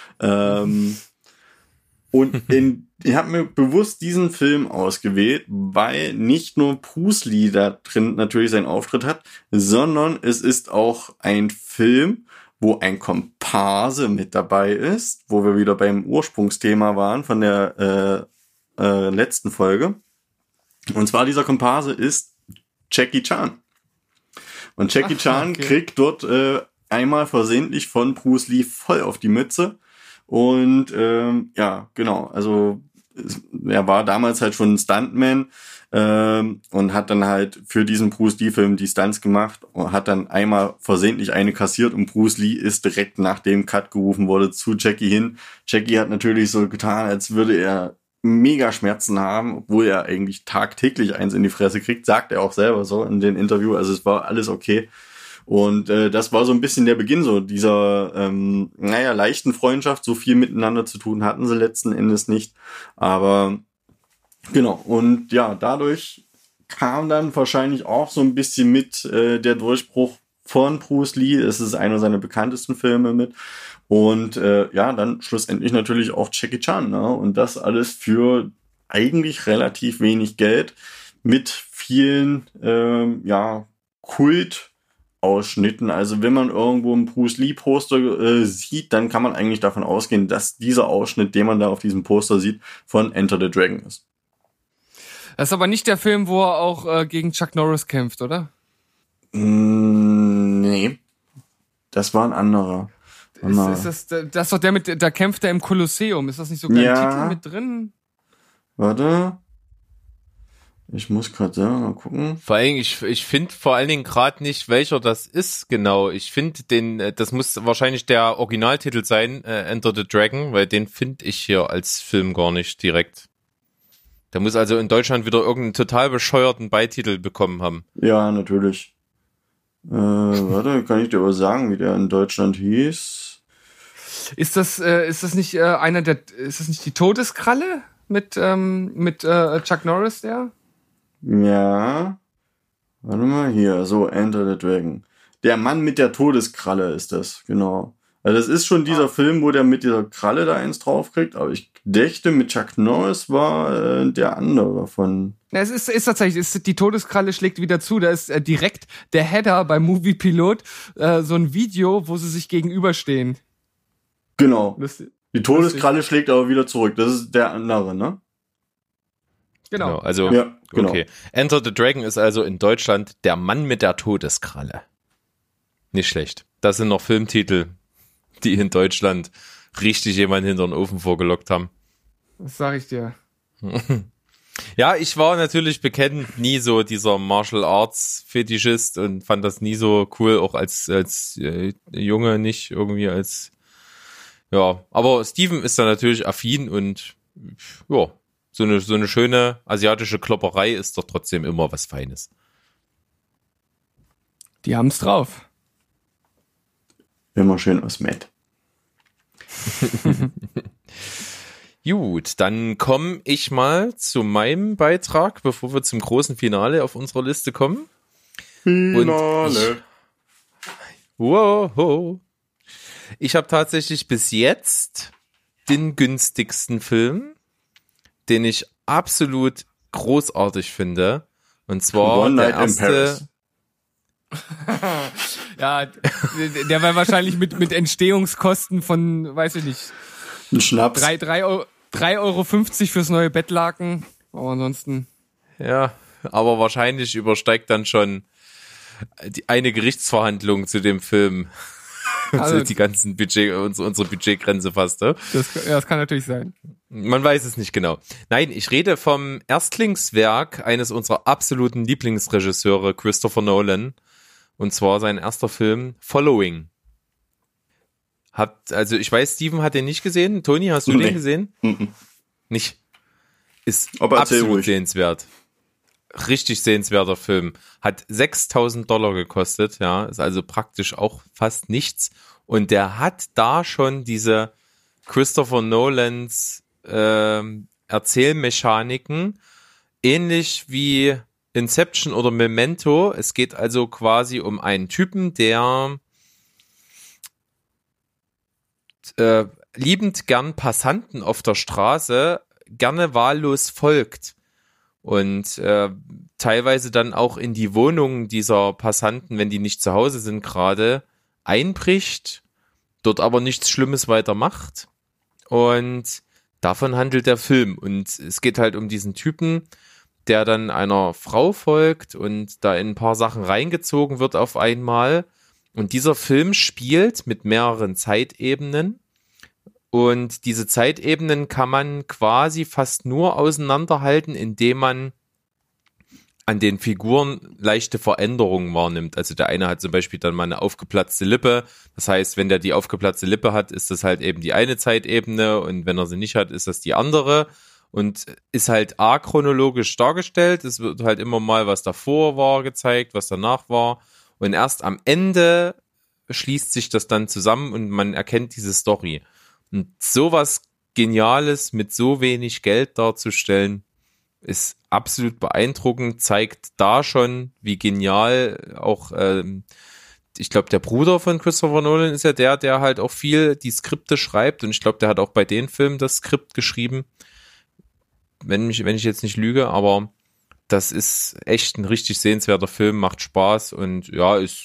Und ich habe mir bewusst diesen Film ausgewählt, weil nicht nur Bruce Lee da drin natürlich seinen Auftritt hat, sondern es ist auch ein Film, wo ein Komparse mit dabei ist, wo wir wieder beim Ursprungsthema waren von der letzten Folge. Und zwar dieser Komparse ist Jackie Chan. Und Jackie Chan kriegt dort einmal versehentlich von Bruce Lee voll auf die Mütze. Und ja, genau, also er war damals halt schon ein Stuntman und hat dann halt für diesen Bruce Lee-Film die Stunts gemacht und hat dann einmal versehentlich eine kassiert und Bruce Lee ist direkt nachdem Cut gerufen wurde zu Jackie hin. Jackie hat natürlich so getan, als würde er mega Schmerzen haben, obwohl er eigentlich tagtäglich eins in die Fresse kriegt, sagt er auch selber so in den Interview, also es war alles okay. Und das war so ein bisschen der Beginn so dieser, leichten Freundschaft. So viel miteinander zu tun hatten sie letzten Endes nicht. Aber genau, und ja, dadurch kam dann wahrscheinlich auch so ein bisschen mit der Durchbruch von Bruce Lee. Es ist einer seiner bekanntesten Filme mit. Und dann schlussendlich natürlich auch Jackie Chan. Ne? Und das alles für eigentlich relativ wenig Geld mit vielen Kult Ausschnitten. Also wenn man irgendwo ein Bruce Lee Poster sieht, dann kann man eigentlich davon ausgehen, dass dieser Ausschnitt, den man da auf diesem Poster sieht, von Enter the Dragon ist. Das ist aber nicht der Film, wo er auch gegen Chuck Norris kämpft, oder? Nee. Das war ein anderer. Ist das doch der mit, da kämpft er im Kolosseum. Ist das nicht sogar im Titel mit drin? Warte. Ich muss gerade selber mal gucken. Vor allem, ich finde vor allen Dingen gerade nicht, welcher das ist genau. Ich finde das muss wahrscheinlich der Originaltitel sein, Enter the Dragon, weil den finde ich hier als Film gar nicht direkt. Der muss also in Deutschland wieder irgendeinen total bescheuerten Beititel bekommen haben. Ja, natürlich. Warte, kann ich dir aber sagen, wie der in Deutschland hieß? Ist das nicht ist das nicht die Todeskralle mit Chuck Norris der? Ja. Warte mal, hier, so, Enter the Dragon. Der Mann mit der Todeskralle ist das, genau. Also das ist schon dieser Film, wo der mit dieser Kralle da eins draufkriegt, aber ich dächte, mit Chuck Norris war der andere von... Ja, es ist tatsächlich, die Todeskralle schlägt wieder zu, da ist direkt der Header beim Movie Pilot, so ein Video, wo sie sich gegenüberstehen. Genau. Die Todeskralle schlägt aber wieder zurück, das ist der andere, ne? Genau. Also, ja, genau. Okay. Enter the Dragon ist also in Deutschland der Mann mit der Todeskralle. Nicht schlecht. Das sind noch Filmtitel, die in Deutschland richtig jemanden hinter den Ofen vorgelockt haben. Das sag ich dir. Ja, ich war natürlich bekennend nie so dieser Martial Arts Fetischist und fand das nie so cool, auch als Junge nicht irgendwie als, ja, aber Steven ist da natürlich affin und ja, so eine schöne asiatische Klopperei ist doch trotzdem immer was Feines. Die haben's drauf. Immer schön aus Matt. Gut, dann komme ich mal zu meinem Beitrag, bevor wir zum großen Finale auf unserer Liste kommen. Finale. Wow. Ich habe tatsächlich bis jetzt den günstigsten Film, den ich absolut großartig finde. Und zwar One der Night in Paris. erste. Ja, der war wahrscheinlich mit Entstehungskosten von, weiß ich nicht, Ein Schnaps. 3,50 € fürs neue Bettlaken. Aber ansonsten. Ja, aber wahrscheinlich übersteigt dann schon eine Gerichtsverhandlung zu dem Film. Also die ganzen unsere Budgetgrenze fast. Ne? Das kann natürlich sein. Man weiß es nicht genau. Nein, ich rede vom Erstlingswerk eines unserer absoluten Lieblingsregisseure, Christopher Nolan. Und zwar sein erster Film, Following. Also ich weiß, Steven hat den nicht gesehen. Toni, hast du den gesehen? Nicht. Ist Aber absolut sehenswert. Richtig sehenswerter Film. Hat $6.000 gekostet, ja. Ist also praktisch auch fast nichts. Und der hat da schon diese Christopher Nolans Erzählmechaniken, ähnlich wie Inception oder Memento. Es geht also quasi um einen Typen, der liebend gern Passanten auf der Straße gerne wahllos folgt und teilweise dann auch in die Wohnungen dieser Passanten, wenn die nicht zu Hause sind gerade, einbricht, dort aber nichts Schlimmes weiter macht. Und davon handelt der Film. Und es geht halt um diesen Typen, der dann einer Frau folgt und da in ein paar Sachen reingezogen wird auf einmal. Und dieser Film spielt mit mehreren Zeitebenen. Und diese Zeitebenen kann man quasi fast nur auseinanderhalten, indem man an den Figuren leichte Veränderungen wahrnimmt. Also der eine hat zum Beispiel dann mal eine aufgeplatzte Lippe. Das heißt, wenn der die aufgeplatzte Lippe hat, ist das halt eben die eine Zeitebene und wenn er sie nicht hat, ist das die andere. Und ist halt achronologisch dargestellt. Es wird halt immer mal, was davor war, gezeigt, was danach war. Und erst am Ende schließt sich das dann zusammen und man erkennt diese Story. Und sowas Geniales mit so wenig Geld darzustellen, ist absolut beeindruckend, zeigt da schon, wie genial auch, ich glaube, der Bruder von Christopher Nolan ist ja der halt auch viel die Skripte schreibt und ich glaube, der hat auch bei den Filmen das Skript geschrieben, wenn ich jetzt nicht lüge, aber das ist echt ein richtig sehenswerter Film, macht Spaß und ja, ist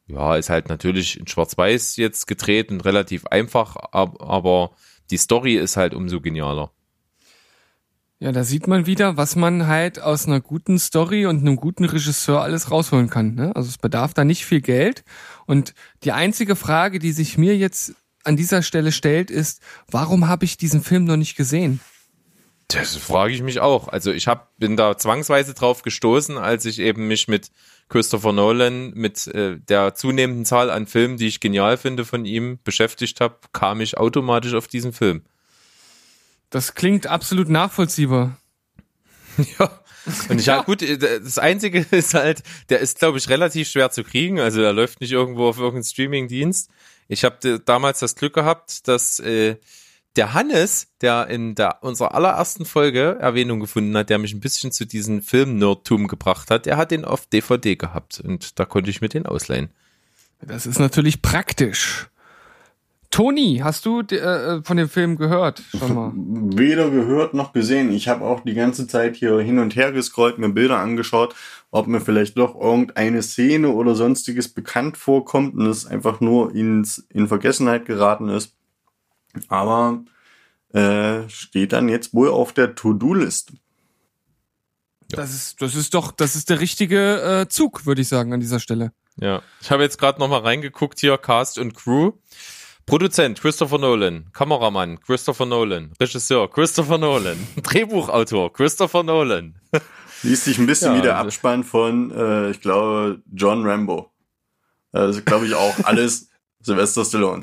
Ja, ist halt natürlich in Schwarz-Weiß jetzt gedreht und relativ einfach, aber die Story ist halt umso genialer. Ja, da sieht man wieder, was man halt aus einer guten Story und einem guten Regisseur alles rausholen kann. Ne? Also es bedarf da nicht viel Geld. Und die einzige Frage, die sich mir jetzt an dieser Stelle stellt, ist, warum habe ich diesen Film noch nicht gesehen? Das frage ich mich auch. Also bin da zwangsweise drauf gestoßen, als ich eben mich mit Christopher Nolan, mit der zunehmenden Zahl an Filmen, die ich genial finde von ihm, beschäftigt habe, kam ich automatisch auf diesen Film. Das klingt absolut nachvollziehbar. Ja. Und gut, das Einzige ist halt, der ist, glaube ich, relativ schwer zu kriegen. Also der läuft nicht irgendwo auf irgendeinem Streaming-Dienst. Ich habe damals das Glück gehabt, dass der Hannes, der in unserer allerersten Folge Erwähnung gefunden hat, der mich ein bisschen zu diesem Film-Nerdtum gebracht hat, der hat den auf DVD gehabt und da konnte ich mir den ausleihen. Das ist natürlich praktisch. Toni, hast du von dem Film gehört? Schon mal? Weder gehört noch gesehen. Ich habe auch die ganze Zeit hier hin und her gescrollt, mir Bilder angeschaut, ob mir vielleicht doch irgendeine Szene oder sonstiges bekannt vorkommt und es einfach nur in Vergessenheit geraten ist. Aber steht dann jetzt wohl auf der To-Do-Liste. Ja. Das ist der richtige Zug, würde ich sagen, an dieser Stelle. Ja, ich habe jetzt gerade noch mal reingeguckt hier, Cast und Crew. Produzent Christopher Nolan, Kameramann Christopher Nolan, Regisseur Christopher Nolan, Drehbuchautor Christopher Nolan. Liest sich ein bisschen wie der Abspann von, ich glaube, John Rambo. Also glaube ich auch alles Sylvester Stallone.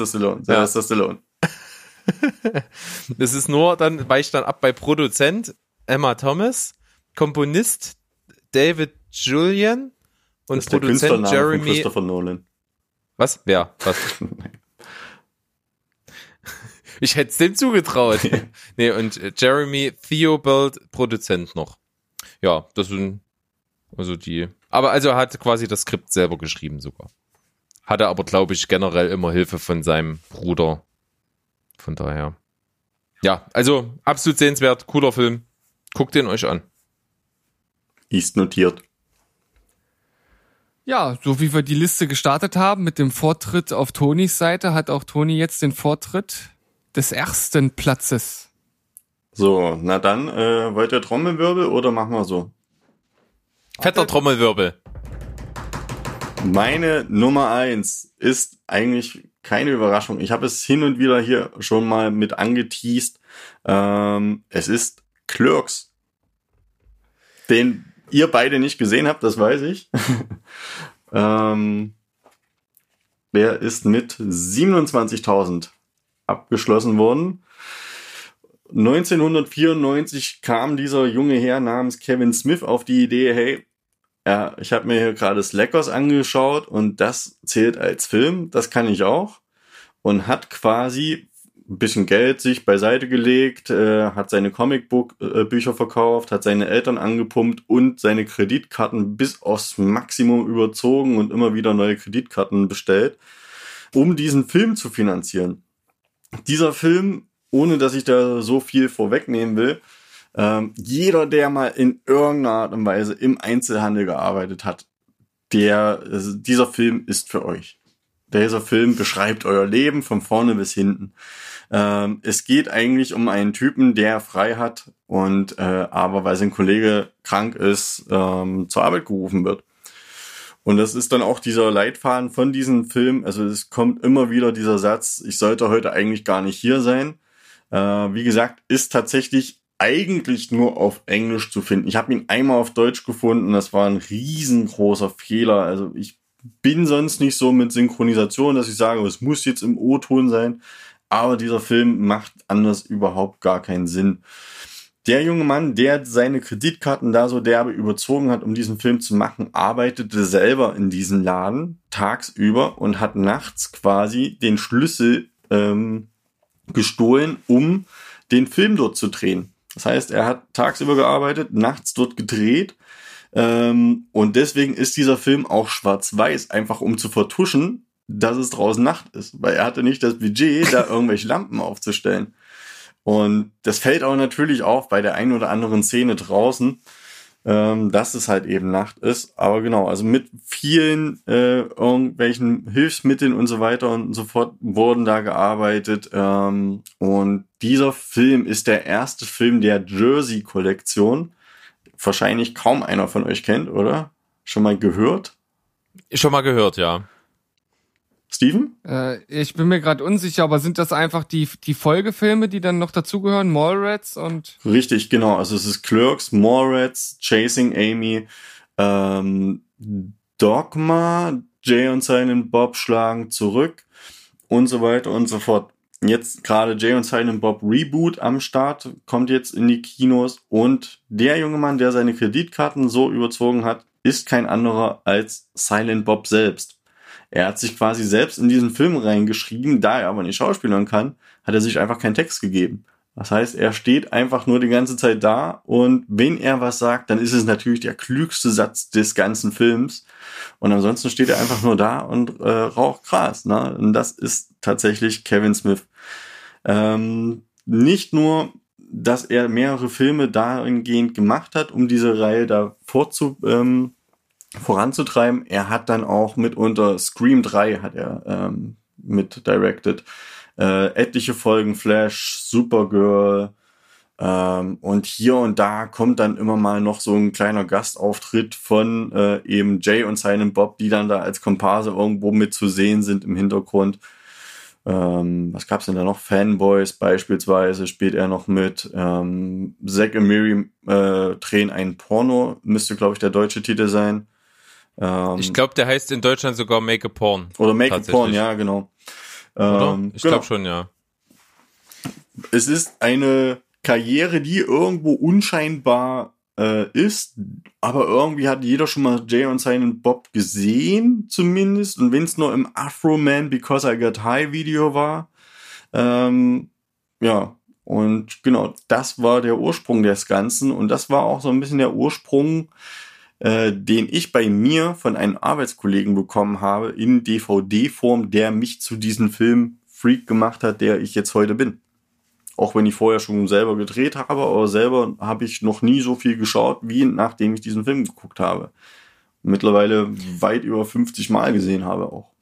Das ist nur, dann weicht dann ab bei Produzent Emma Thomas, Komponist David Julian und das ist Produzent der Jeremy. Von Christopher Nolan. Was? Wer? Was? Ich hätte es dem zugetraut. Nee, und Jeremy Theobald, Produzent noch. Ja, das sind also die. Aber er hat quasi das Skript selber geschrieben sogar. Hatte aber, glaube ich, generell immer Hilfe von seinem Bruder. Von daher. Ja, also absolut sehenswert, cooler Film. Guckt den euch an. Ist notiert. Ja, so wie wir die Liste gestartet haben mit dem Vortritt auf Tonis Seite, hat auch Toni jetzt den Vortritt des ersten Platzes. So, na dann, wollt ihr Trommelwirbel oder machen wir so? Fetter Trommelwirbel. Meine Nummer 1 ist eigentlich keine Überraschung. Ich habe es hin und wieder hier schon mal mit angeteast. Es ist Clerks. Den ihr beide nicht gesehen habt, das weiß ich. Der ist mit 27.000 abgeschlossen worden. 1994 kam dieser junge Herr namens Kevin Smith auf die Idee, hey, ja, ich habe mir hier gerade Slackers angeschaut und das zählt als Film, das kann ich auch. Und hat quasi ein bisschen Geld sich beiseite gelegt, hat seine Comicbook-Bücher verkauft, hat seine Eltern angepumpt und seine Kreditkarten bis aufs Maximum überzogen und immer wieder neue Kreditkarten bestellt, um diesen Film zu finanzieren. Dieser Film, ohne dass ich da so viel vorwegnehmen will, jeder, der mal in irgendeiner Art und Weise im Einzelhandel gearbeitet hat, dieser Film ist für euch. Dieser Film beschreibt euer Leben von vorne bis hinten. Es geht eigentlich um einen Typen, der frei hat und aber weil sein Kollege krank ist, zur Arbeit gerufen wird. Und das ist dann auch dieser Leitfaden von diesem Film. Also es kommt immer wieder dieser Satz, ich sollte heute eigentlich gar nicht hier sein. Wie gesagt, ist tatsächlich eigentlich nur auf Englisch zu finden. Ich habe ihn einmal auf Deutsch gefunden, das war ein riesengroßer Fehler. Also ich bin sonst nicht so mit Synchronisation, dass ich sage, es muss jetzt im O-Ton sein. Aber dieser Film macht anders überhaupt gar keinen Sinn. Der junge Mann, der seine Kreditkarten da so derbe überzogen hat, um diesen Film zu machen, arbeitete selber in diesem Laden tagsüber und hat nachts quasi den Schlüssel gestohlen, um den Film dort zu drehen. Das heißt, er hat tagsüber gearbeitet, nachts dort gedreht. Und deswegen ist dieser Film auch schwarz-weiß, einfach um zu vertuschen, dass es draußen Nacht ist. Weil er hatte nicht das Budget, da irgendwelche Lampen aufzustellen. Und das fällt auch natürlich auf bei der einen oder anderen Szene draußen. dass es halt eben Nacht ist. Aber genau, also mit vielen irgendwelchen Hilfsmitteln und so weiter und so fort wurden da gearbeitet. Und dieser Film ist der erste Film der Jersey-Kollektion. Wahrscheinlich kaum einer von euch kennt, oder? Schon mal gehört? Schon mal gehört, ja. Steven? Ich bin mir gerade unsicher, aber sind das einfach die Folgefilme, die dann noch dazugehören? Mallrats und... Richtig, genau. Also es ist Clerks, Mallrats, Chasing Amy, Dogma, Jay und Silent Bob schlagen zurück und so weiter und so fort. Jetzt gerade Jay und Silent Bob Reboot am Start, kommt jetzt in die Kinos und der junge Mann, der seine Kreditkarten so überzogen hat, ist kein anderer als Silent Bob selbst. Er hat sich quasi selbst in diesen Film reingeschrieben, da er aber nicht schauspielern kann, hat er sich einfach keinen Text gegeben. Das heißt, er steht einfach nur die ganze Zeit da und wenn er was sagt, dann ist es natürlich der klügste Satz des ganzen Films und ansonsten steht er einfach nur da und raucht Gras. Ne? Und das ist tatsächlich Kevin Smith. Nicht nur, dass er mehrere Filme dahingehend gemacht hat, um diese Reihe da voranzutreiben. Er hat dann auch mitunter Scream 3 hat er mit directed. Etliche Folgen Flash, Supergirl und hier und da kommt dann immer mal noch so ein kleiner Gastauftritt von eben Jay und Silent Bob, die dann da als Komparse irgendwo mit zu sehen sind im Hintergrund. Was gab's denn da noch? Fanboys beispielsweise spielt er noch mit. Zack und Miri drehen ein Porno, müsste glaube ich der deutsche Titel sein. Ich glaube, der heißt in Deutschland sogar Make a Porn. Oder Make a Porn, ja, genau. Oder? Ich glaube schon, ja. Es ist eine Karriere, die irgendwo unscheinbar ist, aber irgendwie hat jeder schon mal Jay und Silent Bob gesehen, zumindest. Und wenn es nur im Afro Man Because I Got High Video war. Ja, und genau, das war der Ursprung des Ganzen. Und das war auch so ein bisschen der Ursprung, den ich bei mir von einem Arbeitskollegen bekommen habe in DVD-Form, der mich zu diesem Film-Freak gemacht hat, der ich jetzt heute bin. Auch wenn ich vorher schon selber gedreht habe, aber selber habe ich noch nie so viel geschaut, wie nachdem ich diesen Film geguckt habe. Mittlerweile weit über 50 Mal gesehen habe auch.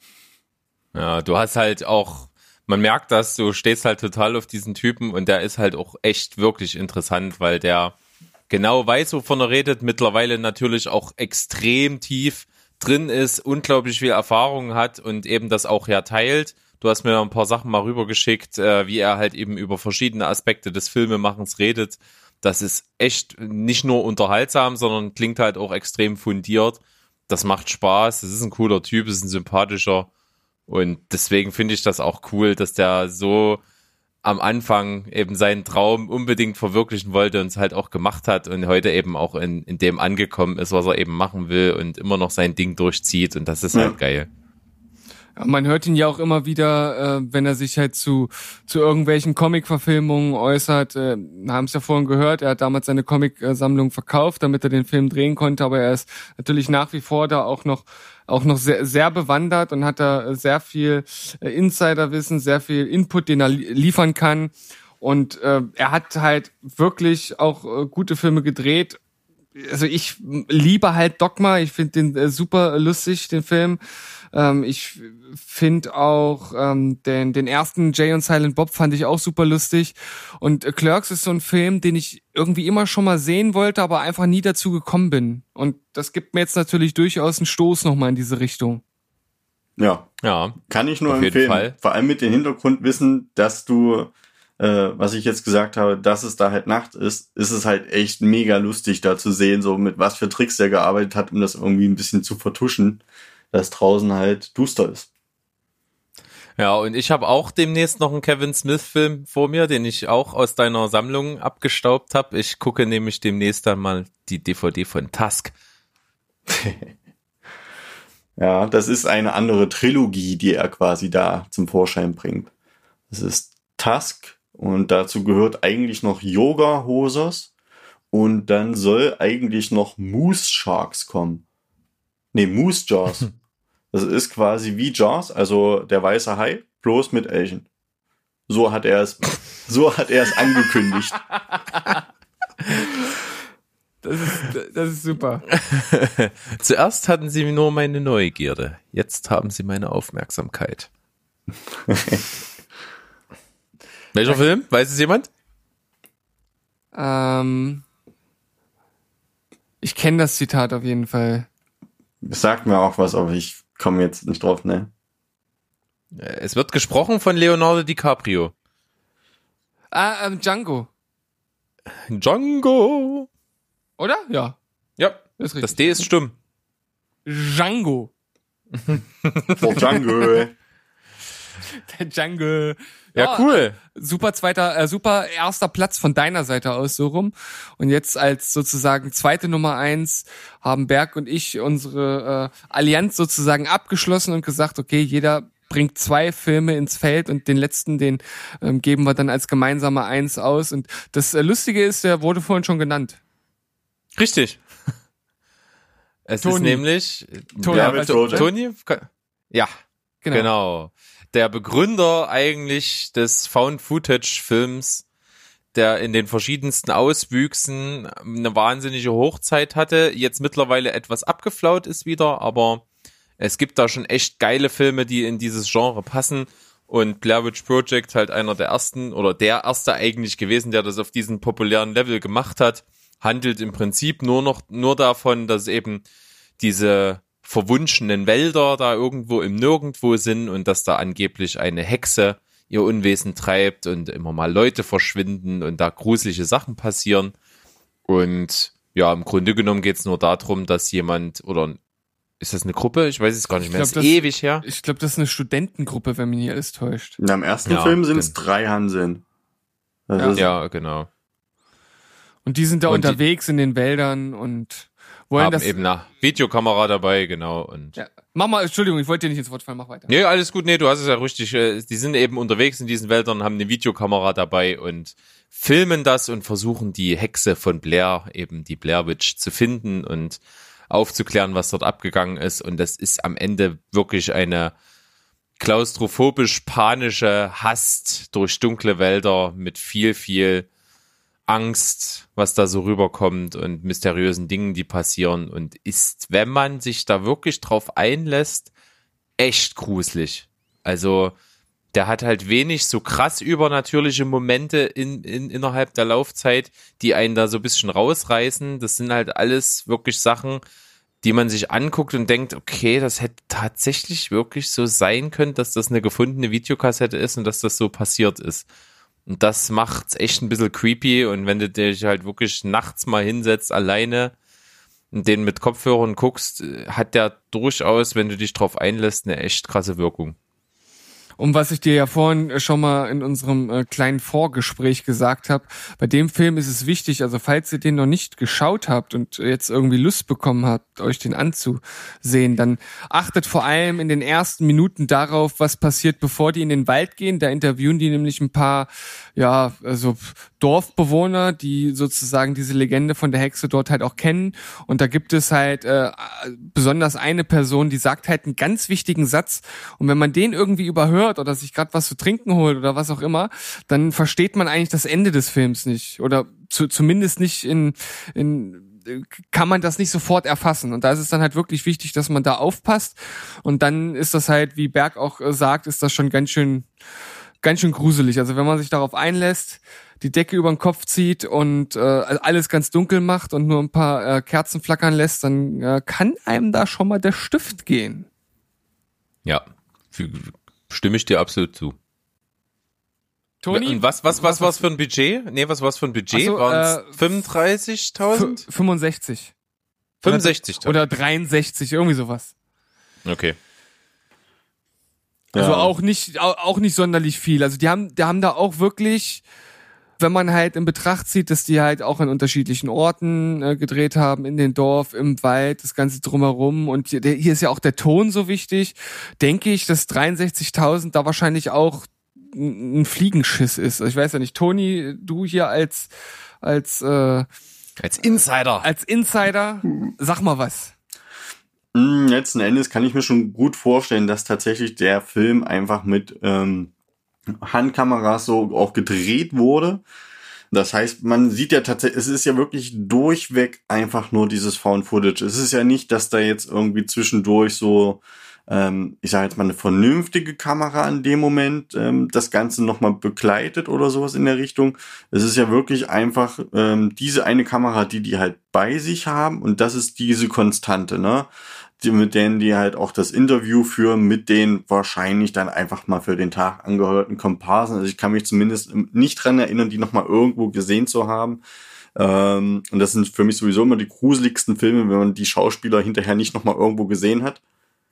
Ja, du hast halt auch, man merkt das, du stehst halt total auf diesen Typen und der ist halt auch echt wirklich interessant, weil der genau weiß, wovon er redet, mittlerweile natürlich auch extrem tief drin ist, unglaublich viel Erfahrung hat und eben das auch ja teilt. Du hast mir ein paar Sachen mal rübergeschickt, wie er halt eben über verschiedene Aspekte des Filmemachens redet. Das ist echt nicht nur unterhaltsam, sondern klingt halt auch extrem fundiert. Das macht Spaß, das ist ein cooler Typ, das ist ein sympathischer und deswegen finde ich das auch cool, dass der so am Anfang eben seinen Traum unbedingt verwirklichen wollte und es halt auch gemacht hat und heute eben auch in dem angekommen ist, was er eben machen will und immer noch sein Ding durchzieht und das ist halt geil. Man hört ihn ja auch immer wieder, wenn er sich halt zu irgendwelchen Comic-Verfilmungen äußert. Haben es ja vorhin gehört, er hat damals seine Comic-Sammlung verkauft, damit er den Film drehen konnte, aber er ist natürlich nach wie vor da auch noch sehr, sehr bewandert und hat da sehr viel Insiderwissen, sehr viel Input, den er liefern kann. Und er hat halt wirklich auch gute Filme gedreht. Also ich liebe halt Dogma, ich finde den super lustig, den Film. Ich finde auch den ersten Jay und Silent Bob fand ich auch super lustig. Und Clerks ist so ein Film, den ich irgendwie immer schon mal sehen wollte, aber einfach nie dazu gekommen bin. Und das gibt mir jetzt natürlich durchaus einen Stoß nochmal in diese Richtung. Ja, kann ich nur empfehlen. Vor allem mit dem Hintergrundwissen, dass du, was ich jetzt gesagt habe, dass es da halt Nacht ist, ist es halt echt mega lustig da zu sehen, so mit was für Tricks der gearbeitet hat, um das irgendwie ein bisschen zu vertuschen, dass draußen halt duster ist. Ja, und ich habe auch demnächst noch einen Kevin Smith-Film vor mir, den ich auch aus deiner Sammlung abgestaubt habe. Ich gucke nämlich demnächst dann mal die DVD von Tusk. Ja, das ist eine andere Trilogie, die er quasi da zum Vorschein bringt. Das ist Tusk und dazu gehört eigentlich noch Yoga Hosers und dann soll eigentlich noch Moose Sharks kommen. Nee, Moose Jaws. Das ist quasi wie Jaws, also der weiße Hai, bloß mit Elchen. So hat er es angekündigt. Das ist super. Zuerst hatten sie nur meine Neugierde, jetzt haben sie meine Aufmerksamkeit. Welcher Film? Weiß es jemand? Ich kenne das Zitat auf jeden Fall. Das sagt mir auch was, aber ich komme jetzt nicht drauf, ne? Es wird gesprochen von Leonardo DiCaprio. Django. Django. Oder? Ja. Ja, Das ist richtig. das D ist stumm. Django. Vor Django. Der Django. Ja, cool. Super erster Platz von deiner Seite aus so rum. Und jetzt als sozusagen zweite Nummer 1 haben Berg und ich unsere Allianz sozusagen abgeschlossen und gesagt, okay, jeder bringt 2 Filme ins Feld und den letzten, den geben wir dann als gemeinsame 1 aus. Und das Lustige ist, der wurde vorhin schon genannt. Richtig. Es ist nämlich Tony. Ja, genau. Der Begründer eigentlich des Found-Footage-Films, der in den verschiedensten Auswüchsen eine wahnsinnige Hochzeit hatte, jetzt mittlerweile etwas abgeflaut ist wieder, aber es gibt da schon echt geile Filme, die in dieses Genre passen, und Blair Witch Project halt einer der ersten oder der erste eigentlich gewesen, der das auf diesen populären Level gemacht hat, handelt im Prinzip nur davon, dass eben diese verwunschenen Wälder da irgendwo im Nirgendwo sind und dass da angeblich eine Hexe ihr Unwesen treibt und immer mal Leute verschwinden und da gruselige Sachen passieren. Und ja, im Grunde genommen geht's nur darum, dass jemand, oder ist das eine Gruppe? Ich weiß es gar nicht mehr. Das ist ewig her. Ich glaube, das ist eine Studentengruppe, wenn mich nicht alles täuscht. Und am ersten Film sind es 3 Hanseln. Ja, genau. Und die sind da unterwegs in den Wäldern und wollen haben das eben eine Videokamera dabei, genau. Und ja. Mach mal, Entschuldigung, ich wollte dir nicht ins Wort fallen, mach weiter. Nee, alles gut, nee, du hast es ja richtig. Die sind eben unterwegs in diesen Wäldern, haben eine Videokamera dabei und filmen das und versuchen die Hexe von Blair, eben die Blair Witch, zu finden und aufzuklären, was dort abgegangen ist. Und das ist am Ende wirklich eine klaustrophobisch-panische Hast durch dunkle Wälder mit viel, viel Angst, was da so rüberkommt und mysteriösen Dingen, die passieren, und ist, wenn man sich da wirklich drauf einlässt, echt gruselig. Also der hat halt wenig so krass übernatürliche Momente innerhalb der Laufzeit, die einen da so ein bisschen rausreißen. Das sind halt alles wirklich Sachen, die man sich anguckt und denkt, okay, das hätte tatsächlich wirklich so sein können, dass das eine gefundene Videokassette ist und dass das so passiert ist. Und das macht's echt ein bisschen creepy, und wenn du dich halt wirklich nachts mal hinsetzt, alleine, und den mit Kopfhörern guckst, hat der durchaus, wenn du dich drauf einlässt, eine echt krasse Wirkung. Und was ich dir ja vorhin schon mal in unserem kleinen Vorgespräch gesagt habe, bei dem Film ist es wichtig, also falls ihr den noch nicht geschaut habt und jetzt irgendwie Lust bekommen habt, euch den anzusehen, dann achtet vor allem in den ersten Minuten darauf, was passiert, bevor die in den Wald gehen. Da interviewen die nämlich ein paar, ja, also Dorfbewohner, die sozusagen diese Legende von der Hexe dort halt auch kennen. Und da gibt es halt besonders eine Person, die sagt halt einen ganz wichtigen Satz. Und wenn man den irgendwie überhört oder sich gerade was zu trinken holt oder was auch immer, dann versteht man eigentlich das Ende des Films nicht. Oder zumindest nicht kann man das nicht sofort erfassen. Und da ist es dann halt wirklich wichtig, dass man da aufpasst. Und dann ist das halt, wie Berg auch sagt, ist das schon ganz schön gruselig. Also wenn man sich darauf einlässt, die Decke über den Kopf zieht und alles ganz dunkel macht und nur ein paar Kerzen flackern lässt, dann kann einem da schon mal der Stift gehen. Ja, stimme ich dir absolut zu. Toni? Und was war's für ein Budget? Nee, was war's für ein Budget? So, waren's 35.000? 65. 65.000. Oder 63, irgendwie sowas. Okay. Also Ja. auch nicht sonderlich viel. Also die haben da auch wirklich, wenn man halt in Betracht zieht, dass die halt auch an unterschiedlichen Orten gedreht haben, in den Dorf, im Wald, das Ganze drumherum, und hier ist ja auch der Ton so wichtig, denke ich, dass 63.000 da wahrscheinlich auch ein Fliegenschiss ist. Also ich weiß ja nicht, Toni, du hier als Insider. Als Insider, sag mal was. Letzten Endes kann ich mir schon gut vorstellen, dass tatsächlich der Film einfach mit Handkameras so auch gedreht wurde. Das heißt, man sieht ja tatsächlich, es ist ja wirklich durchweg einfach nur dieses Found Footage. Es ist ja nicht, dass da jetzt irgendwie zwischendurch so, ich sage jetzt mal, eine vernünftige Kamera in dem Moment das Ganze nochmal begleitet oder sowas in der Richtung. Es ist ja wirklich einfach diese eine Kamera, die halt bei sich haben, und das ist diese Konstante, ne? Mit denen die halt auch das Interview führen, mit den wahrscheinlich dann einfach mal für den Tag angehörten Komparsen. Also ich kann mich zumindest nicht dran erinnern, die nochmal irgendwo gesehen zu haben. Und das sind für mich sowieso immer die gruseligsten Filme, wenn man die Schauspieler hinterher nicht nochmal irgendwo gesehen hat.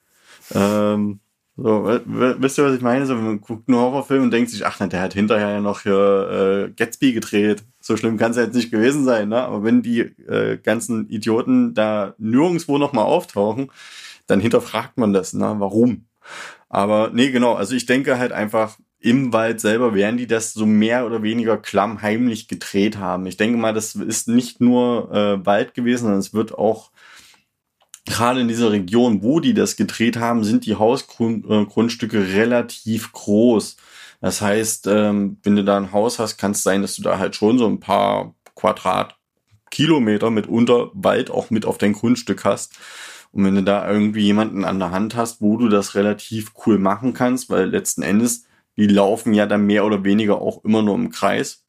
Wisst ihr, was ich meine? So, man guckt einen Horrorfilm und denkt sich, ach, na, der hat hinterher ja noch hier Gatsby gedreht. So schlimm kann es ja jetzt nicht gewesen sein, ne? Aber wenn die ganzen Idioten da nirgendwo nochmal auftauchen, dann hinterfragt man das, ne? Warum? Aber nee, genau, also ich denke halt einfach, im Wald selber werden die das so mehr oder weniger klammheimlich gedreht haben. Ich denke mal, das ist nicht nur Wald gewesen, sondern es wird auch gerade in dieser Region, wo die das gedreht haben, sind die Hausgrundstücke relativ groß. Das heißt, wenn du da ein Haus hast, kann es sein, dass du da halt schon so ein paar Quadratkilometer mitunter Wald auch mit auf dein Grundstück hast. Und wenn du da irgendwie jemanden an der Hand hast, wo du das relativ cool machen kannst, weil letzten Endes, die laufen ja dann mehr oder weniger auch immer nur im Kreis.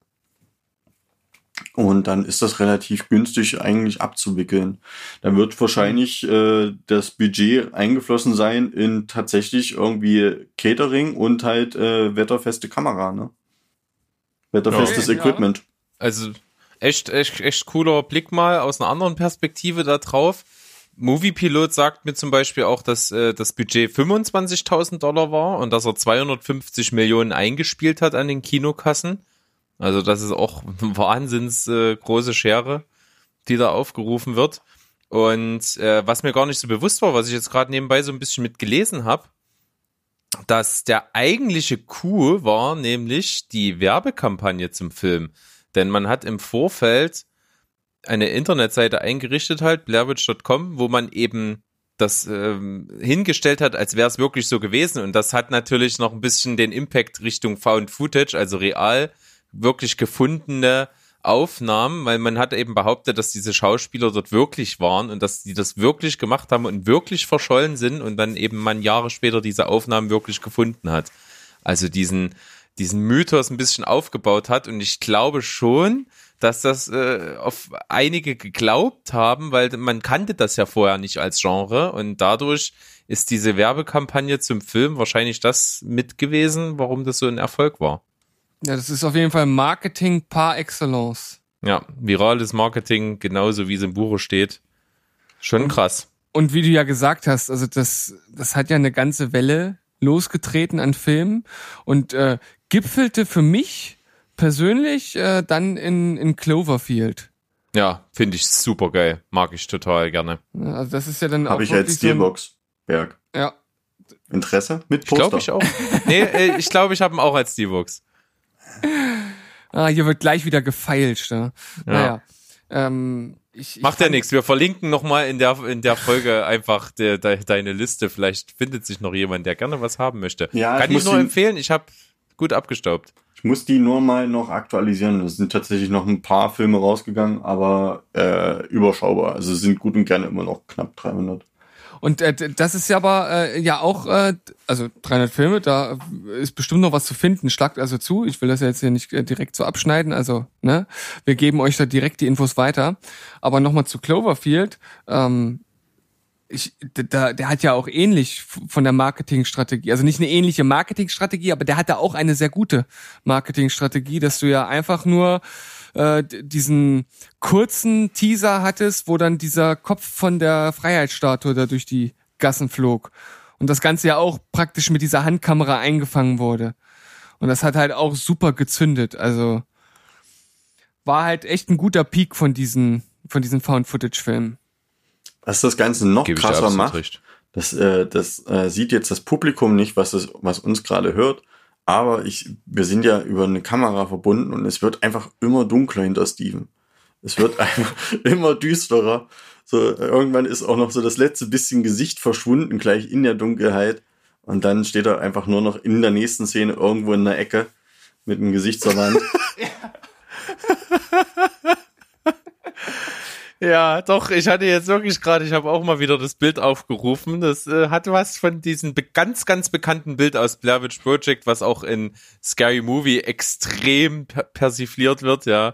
Und dann ist das relativ günstig eigentlich abzuwickeln. Da wird wahrscheinlich das Budget eingeflossen sein in tatsächlich irgendwie Catering und halt wetterfeste Kamera, ne? Wetterfestes Equipment. Also echt cooler Blick mal aus einer anderen Perspektive da drauf. Moviepilot sagt mir zum Beispiel auch, dass das Budget $25.000 war und dass er 250 Millionen eingespielt hat an den Kinokassen. Also das ist auch eine wahnsinns große Schere, die da aufgerufen wird. Und was mir gar nicht so bewusst war, was ich jetzt gerade nebenbei so ein bisschen mitgelesen habe, dass der eigentliche Coup war nämlich die Werbekampagne zum Film. Denn man hat im Vorfeld eine Internetseite eingerichtet, halt, blairwitch.com, wo man eben das hingestellt hat, als wäre es wirklich so gewesen. Und das hat natürlich noch ein bisschen den Impact Richtung Found Footage, also real wirklich gefundene Aufnahmen, weil man hat eben behauptet, dass diese Schauspieler dort wirklich waren und dass die das wirklich gemacht haben und wirklich verschollen sind und dann eben man Jahre später diese Aufnahmen wirklich gefunden hat. Also diesen Mythos ein bisschen aufgebaut hat, und ich glaube schon, dass das auf einige geglaubt haben, weil man kannte das ja vorher nicht als Genre, und dadurch ist diese Werbekampagne zum Film wahrscheinlich das mit gewesen, warum das so ein Erfolg war. Ja, das ist auf jeden Fall Marketing par excellence. Ja, virales Marketing, genauso wie es im Buche steht. Schon krass. Und wie du ja gesagt hast, also das hat ja eine ganze Welle losgetreten an Filmen und gipfelte für mich persönlich dann in Cloverfield. Ja, finde ich super geil. Mag ich total gerne. Ja, also das ist ja dann auch. Habe ich als Steelbox, Berg. Ja. Interesse? Mit Poster? Glaube ich auch. Nee, ich glaube, ich habe ihn auch als Steelbox. Hier wird gleich wieder gefeilscht. Ja. Naja. Macht ja nichts. Wir verlinken nochmal in der Folge einfach deine Liste. Vielleicht findet sich noch jemand, der gerne was haben möchte. Ja, kann ich nur empfehlen. Ich habe gut abgestaubt. Ich muss die nur mal noch aktualisieren. Es sind tatsächlich noch ein paar Filme rausgegangen, aber überschaubar. Also es sind gut und gerne immer noch knapp 300. Und das ist ja aber ja auch, also 300 Filme, da ist bestimmt noch was zu finden. Schlagt also zu. Ich will das ja jetzt hier nicht direkt so abschneiden. Also, ne, wir geben euch da direkt die Infos weiter. Aber nochmal zu Cloverfield. Der hat ja auch ähnlich von der Marketingstrategie, also nicht eine ähnliche Marketingstrategie, aber der hat da auch eine sehr gute Marketingstrategie, dass du ja einfach nur diesen kurzen Teaser hattest, wo dann dieser Kopf von der Freiheitsstatue da durch die Gassen flog. Und das Ganze ja auch praktisch mit dieser Handkamera eingefangen wurde. Und das hat halt auch super gezündet. Also war halt echt ein guter Peak von diesen Found-Footage-Filmen. Was das Ganze noch krasser macht, das sieht jetzt das Publikum nicht, was uns gerade hört, aber wir sind ja über eine Kamera verbunden und es wird einfach immer dunkler hinter Steven. Es wird einfach immer düsterer. So, irgendwann ist auch noch so das letzte bisschen Gesicht verschwunden, gleich in der Dunkelheit, und dann steht er einfach nur noch in der nächsten Szene irgendwo in der Ecke mit dem Gesicht zur Wand. Ja, doch, ich hatte jetzt wirklich gerade, ich habe auch mal wieder das Bild aufgerufen. Das hat was von diesem ganz, ganz bekannten Bild aus Blair Witch Project, was auch in Scary Movie extrem persifliert wird, ja.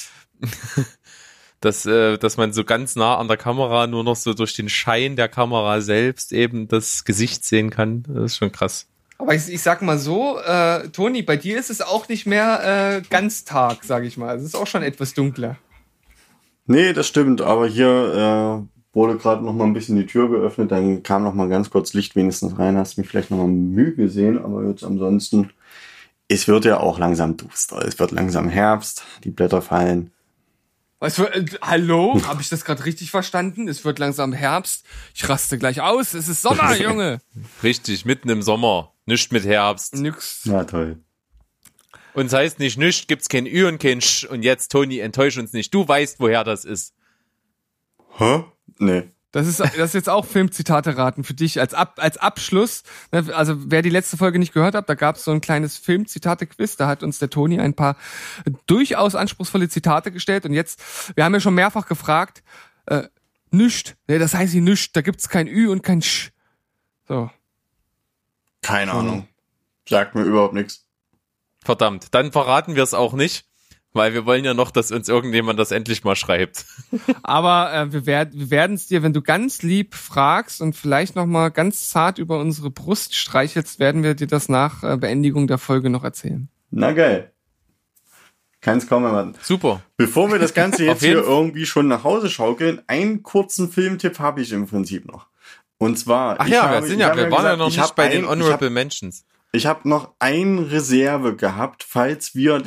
Dass man so ganz nah an der Kamera nur noch so durch den Schein der Kamera selbst eben das Gesicht sehen kann. Das ist schon krass. Aber ich sag mal so, Toni, bei dir ist es auch nicht mehr ganz Tag, sag ich mal. Es ist auch schon etwas dunkler. Nee, das stimmt, aber hier wurde gerade noch mal ein bisschen die Tür geöffnet, dann kam noch mal ganz kurz Licht wenigstens rein, hast mich vielleicht noch mal Mühe gesehen, aber jetzt ansonsten, es wird ja auch langsam duster, es wird langsam Herbst, die Blätter fallen. Hallo? Habe ich das gerade richtig verstanden? Es wird langsam Herbst. Ich raste gleich aus. Es ist Sommer, Junge. Richtig, mitten im Sommer. Nicht mit Herbst. Nix. Na toll. Und es heißt nicht nichts, gibt's kein Ü und kein Sch. Und jetzt, Toni, enttäusch uns nicht. Du weißt, woher das ist. Hä? Nee. Das ist jetzt auch Filmzitate raten für dich als Abschluss. Also wer die letzte Folge nicht gehört hat, da gab es so ein kleines Filmzitate-Quiz. Da hat uns der Toni ein paar durchaus anspruchsvolle Zitate gestellt. Und jetzt, wir haben ja schon mehrfach gefragt, nüscht. Nee, das heißt nüscht. Da gibt's kein Ü und kein Sch. So. Keine Ahnung. Sagt mir überhaupt nichts. Verdammt, dann verraten wir es auch nicht, weil wir wollen ja noch, dass uns irgendjemand das endlich mal schreibt. Aber wir werden es dir, wenn du ganz lieb fragst und vielleicht noch mal ganz zart über unsere Brust streichelst, werden wir dir das nach Beendigung der Folge noch erzählen. Na geil. Kann's kaum erwarten. Super. Bevor wir das Ganze jetzt Auf jeden hier irgendwie schon nach Hause schaukeln, einen kurzen Filmtipp habe ich im Prinzip noch. Und zwar... wir waren ja noch nicht bei den Honorable Mentions. Ich habe noch ein Reserve gehabt, falls wir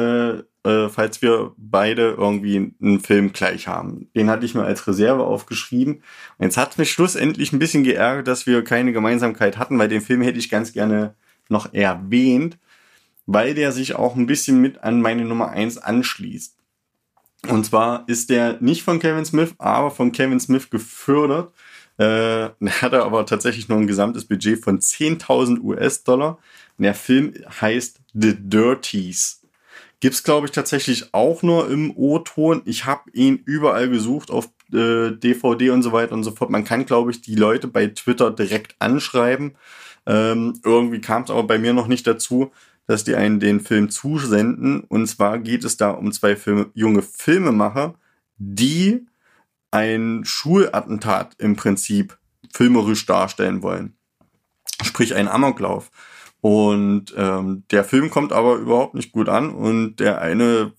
beide irgendwie einen Film gleich haben. Den hatte ich mir als Reserve aufgeschrieben. Und jetzt hat mich schlussendlich ein bisschen geärgert, dass wir keine Gemeinsamkeit hatten, weil den Film hätte ich ganz gerne noch erwähnt, weil der sich auch ein bisschen mit an meine Nummer 1 anschließt. Und zwar ist der nicht von Kevin Smith, aber von Kevin Smith gefördert. Hat er aber tatsächlich nur ein gesamtes Budget von 10.000 US-Dollar. Der Film heißt The Dirties. Gibt's, glaube ich, tatsächlich auch nur im O-Ton. Ich habe ihn überall gesucht auf DVD und so weiter und so fort. Man kann, glaube ich, die Leute bei Twitter direkt anschreiben. Irgendwie kam es aber bei mir noch nicht dazu, dass die einen den Film zusenden. Und zwar geht es da um zwei junge Filmemacher, die ein Schulattentat im Prinzip filmerisch darstellen wollen. Sprich ein Amoklauf. Und der Film kommt aber überhaupt nicht gut an und der eine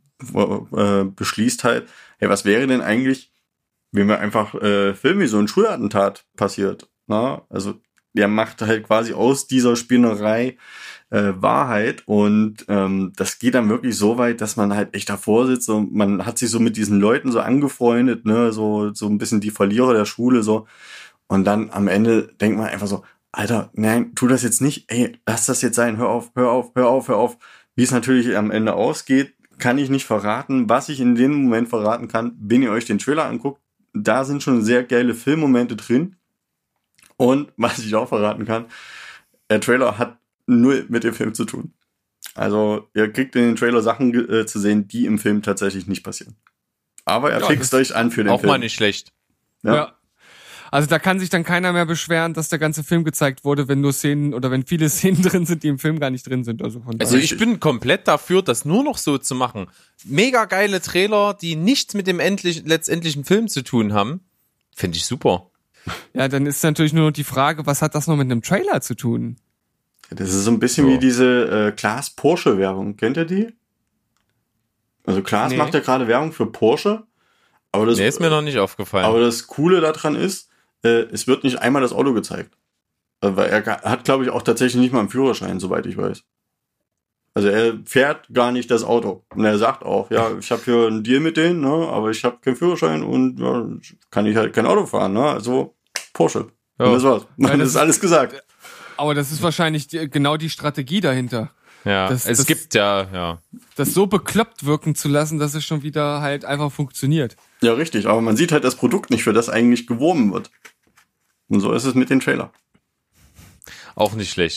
beschließt halt, hey, was wäre denn eigentlich, wenn wir einfach filmen, wie so ein Schulattentat passiert? Na? Also der macht halt quasi aus dieser Spinnerei Wahrheit und das geht dann wirklich so weit, dass man halt echt davor sitzt und man hat sich so mit diesen Leuten so angefreundet, ne, so ein bisschen die Verlierer der Schule so und dann am Ende denkt man einfach so, Alter, nein, tu das jetzt nicht, ey, lass das jetzt sein, hör auf. Wie es natürlich am Ende ausgeht, kann ich nicht verraten. Was ich in dem Moment verraten kann, wenn ihr euch den Trailer anguckt, da sind schon sehr geile Filmmomente drin und was ich auch verraten kann, der Trailer hat null mit dem Film zu tun. Also ihr kriegt in den Trailer Sachen zu sehen, die im Film tatsächlich nicht passieren. Aber er fixt euch an für den auch Film. Auch mal nicht schlecht. Ja. Also da kann sich dann keiner mehr beschweren, dass der ganze Film gezeigt wurde, wenn nur Szenen oder wenn viele Szenen drin sind, die im Film gar nicht drin sind. Also ich bin komplett dafür, das nur noch so zu machen. Mega geile Trailer, die nichts mit dem letztendlichen Film zu tun haben. Finde ich super. Ja, dann ist natürlich nur noch die Frage, was hat das noch mit einem Trailer zu tun? Das ist so ein bisschen wie diese Klaas-Porsche-Werbung. Kennt ihr die? Also Klaas macht ja gerade Werbung für Porsche. Aber das ist mir noch nicht aufgefallen. Aber das Coole daran ist, es wird nicht einmal das Auto gezeigt. Weil er hat, glaube ich, auch tatsächlich nicht mal einen Führerschein, soweit ich weiß. Also er fährt gar nicht das Auto. Und er sagt auch, ja, ich habe hier einen Deal mit denen, ne, aber ich habe keinen Führerschein und ja, kann ich halt kein Auto fahren. Ne? Also Porsche. Ja. Und das war's. Ja, das ist alles gesagt. Aber das ist wahrscheinlich genau die Strategie dahinter. Ja, es gibt ja. Das so bekloppt wirken zu lassen, dass es schon wieder halt einfach funktioniert. Ja, richtig. Aber man sieht halt das Produkt nicht, für das eigentlich geworben wird. Und so ist es mit dem Trailer. Auch nicht schlecht.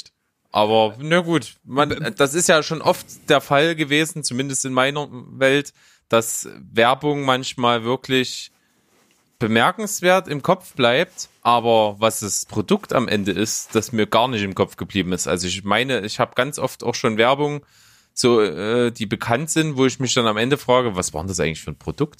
Aber na gut, das ist ja schon oft der Fall gewesen, zumindest in meiner Welt, dass Werbung manchmal wirklich bemerkenswert im Kopf bleibt, aber was das Produkt am Ende ist, das mir gar nicht im Kopf geblieben ist. Also ich meine, ich habe ganz oft auch schon Werbung, so die bekannt sind, wo ich mich dann am Ende frage, was war denn das eigentlich für ein Produkt?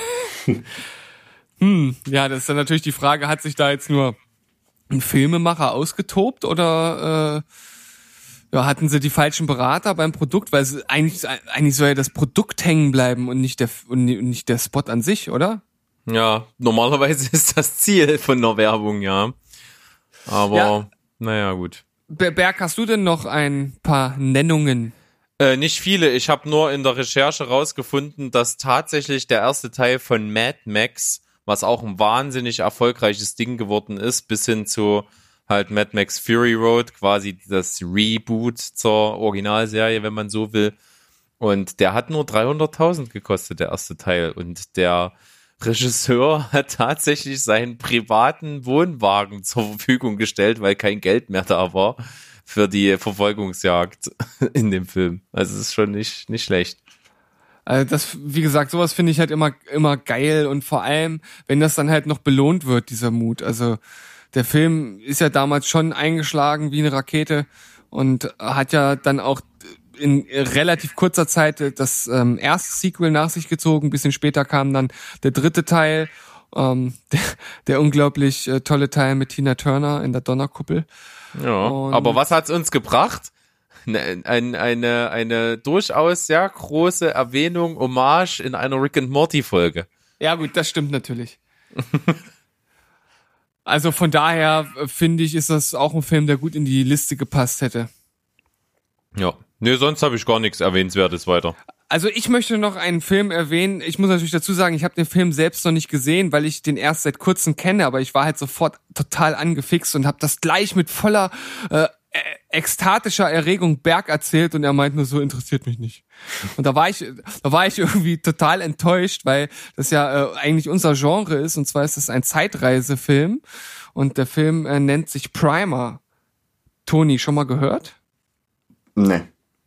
Ja, das ist dann natürlich die Frage, hat sich da jetzt nur ein Filmemacher ausgetobt oder hatten sie die falschen Berater beim Produkt? Weil es eigentlich soll ja das Produkt hängen bleiben und nicht der Spot an sich, oder? Ja, normalerweise ist das Ziel von einer Werbung, ja. Aber, naja, gut. Berg, hast du denn noch ein paar Nennungen? Nicht viele. Ich habe nur in der Recherche rausgefunden, dass tatsächlich der erste Teil von Mad Max, was auch ein wahnsinnig erfolgreiches Ding geworden ist, bis hin zu halt Mad Max Fury Road, quasi das Reboot zur Originalserie, wenn man so will. Und der hat nur 300.000 gekostet, der erste Teil. Und der Regisseur hat tatsächlich seinen privaten Wohnwagen zur Verfügung gestellt, weil kein Geld mehr da war für die Verfolgungsjagd in dem Film. Also es ist schon nicht schlecht. Also das, wie gesagt, sowas finde ich halt immer geil und vor allem, wenn das dann halt noch belohnt wird, dieser Mut. Also der Film ist ja damals schon eingeschlagen wie eine Rakete und hat ja dann auch in relativ kurzer Zeit das erste Sequel nach sich gezogen. Ein bisschen später kam dann der dritte Teil, der unglaublich tolle Teil mit Tina Turner in der Donnerkuppel. Ja, und aber was hat's uns gebracht? Eine durchaus sehr große Erwähnung, Hommage in einer Rick and Morty Folge. Ja gut, das stimmt natürlich. Also von daher finde ich, ist das auch ein Film, der gut in die Liste gepasst hätte. Ja, nee, sonst habe ich gar nichts Erwähnenswertes weiter. Also ich möchte noch einen Film erwähnen. Ich muss natürlich dazu sagen, ich habe den Film selbst noch nicht gesehen, weil ich den erst seit kurzem kenne, aber ich war halt sofort total angefixt und habe das gleich mit voller ekstatischer Erregung Berg erzählt und er meint nur, so interessiert mich nicht. Und da war ich irgendwie total enttäuscht, weil das ja eigentlich unser Genre ist, und zwar ist es ein Zeitreisefilm und der Film nennt sich Primer. Toni, schon mal gehört? Nee.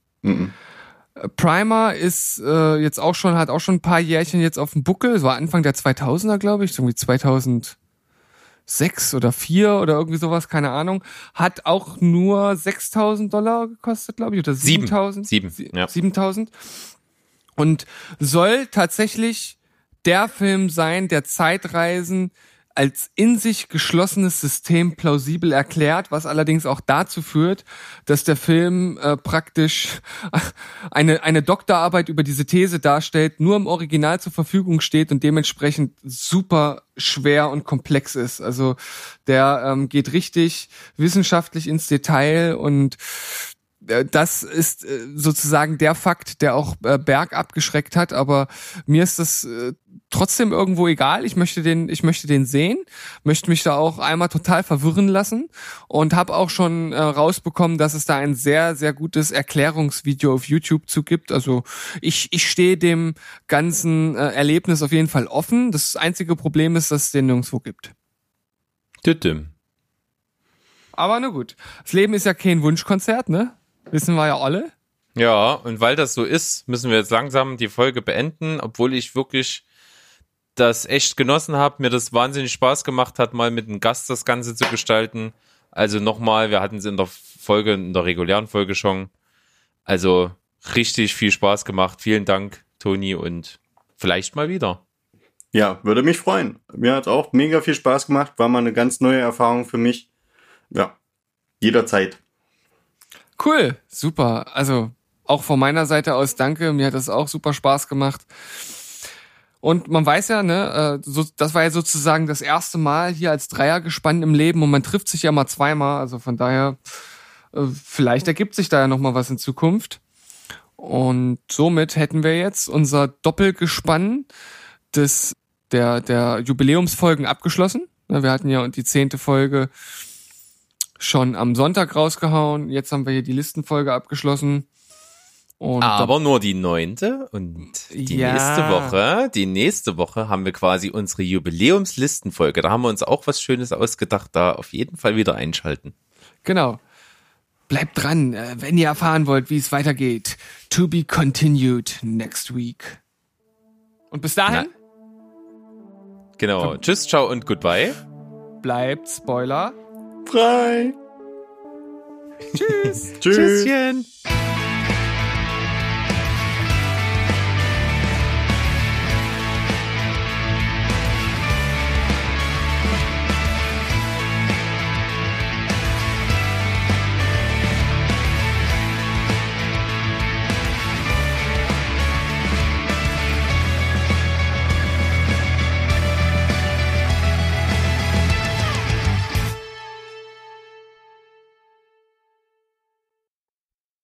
Primer ist hat auch schon ein paar Jährchen jetzt auf dem Buckel. Es war Anfang der 2000er, glaube ich, irgendwie 2006 oder 4 oder irgendwie sowas, keine Ahnung. Hat auch nur $6.000 gekostet, glaube ich, oder 7.000. 7.000. Und soll tatsächlich der Film sein, der Zeitreisen als in sich geschlossenes System plausibel erklärt, was allerdings auch dazu führt, dass der Film praktisch eine Doktorarbeit über diese These darstellt, nur im Original zur Verfügung steht und dementsprechend super schwer und komplex ist. Also der geht richtig wissenschaftlich ins Detail und das ist sozusagen der Fakt, der auch Berg abgeschreckt hat, aber mir ist das trotzdem irgendwo egal. Ich möchte den sehen, möchte mich da auch einmal total verwirren lassen und habe auch schon rausbekommen, dass es da ein sehr, sehr gutes Erklärungsvideo auf YouTube zu gibt. Also ich stehe dem ganzen Erlebnis auf jeden Fall offen. Das einzige Problem ist, dass es den nirgendwo gibt. Tütüm. Aber na gut. Das Leben ist ja kein Wunschkonzert, ne? Wissen wir ja alle. Ja, und weil das so ist, müssen wir jetzt langsam die Folge beenden, obwohl ich wirklich das echt genossen habe, mir das wahnsinnig Spaß gemacht hat, mal mit einem Gast das Ganze zu gestalten. Also nochmal, wir hatten es in der regulären Folge schon. Also richtig viel Spaß gemacht. Vielen Dank, Toni, und vielleicht mal wieder. Ja, würde mich freuen. Mir hat auch mega viel Spaß gemacht. War mal eine ganz neue Erfahrung für mich. Ja, jederzeit. Cool, super. Also auch von meiner Seite aus danke. Mir hat das auch super Spaß gemacht. Und man weiß ja, ne, das war ja sozusagen das erste Mal hier als Dreiergespann im Leben und man trifft sich ja mal zweimal. Also von daher, vielleicht ergibt sich da ja nochmal was in Zukunft. Und somit hätten wir jetzt unser Doppelgespann der Jubiläumsfolgen abgeschlossen. Wir hatten ja die 10. Folge schon am Sonntag rausgehauen. Jetzt haben wir hier die Listenfolge abgeschlossen. Und aber nur die 9. und die nächste Woche haben wir quasi unsere Jubiläumslistenfolge. Da haben wir uns auch was Schönes ausgedacht. Da auf jeden Fall wieder einschalten. Genau. bleibt dran, wenn ihr erfahren wollt, wie es weitergeht. To be continued next week. Und bis dahin, Genau. Tschüss, ciao und goodbye. bleibt Spoiler. Frei. Tschüss. Tschüss. Tschüsschen.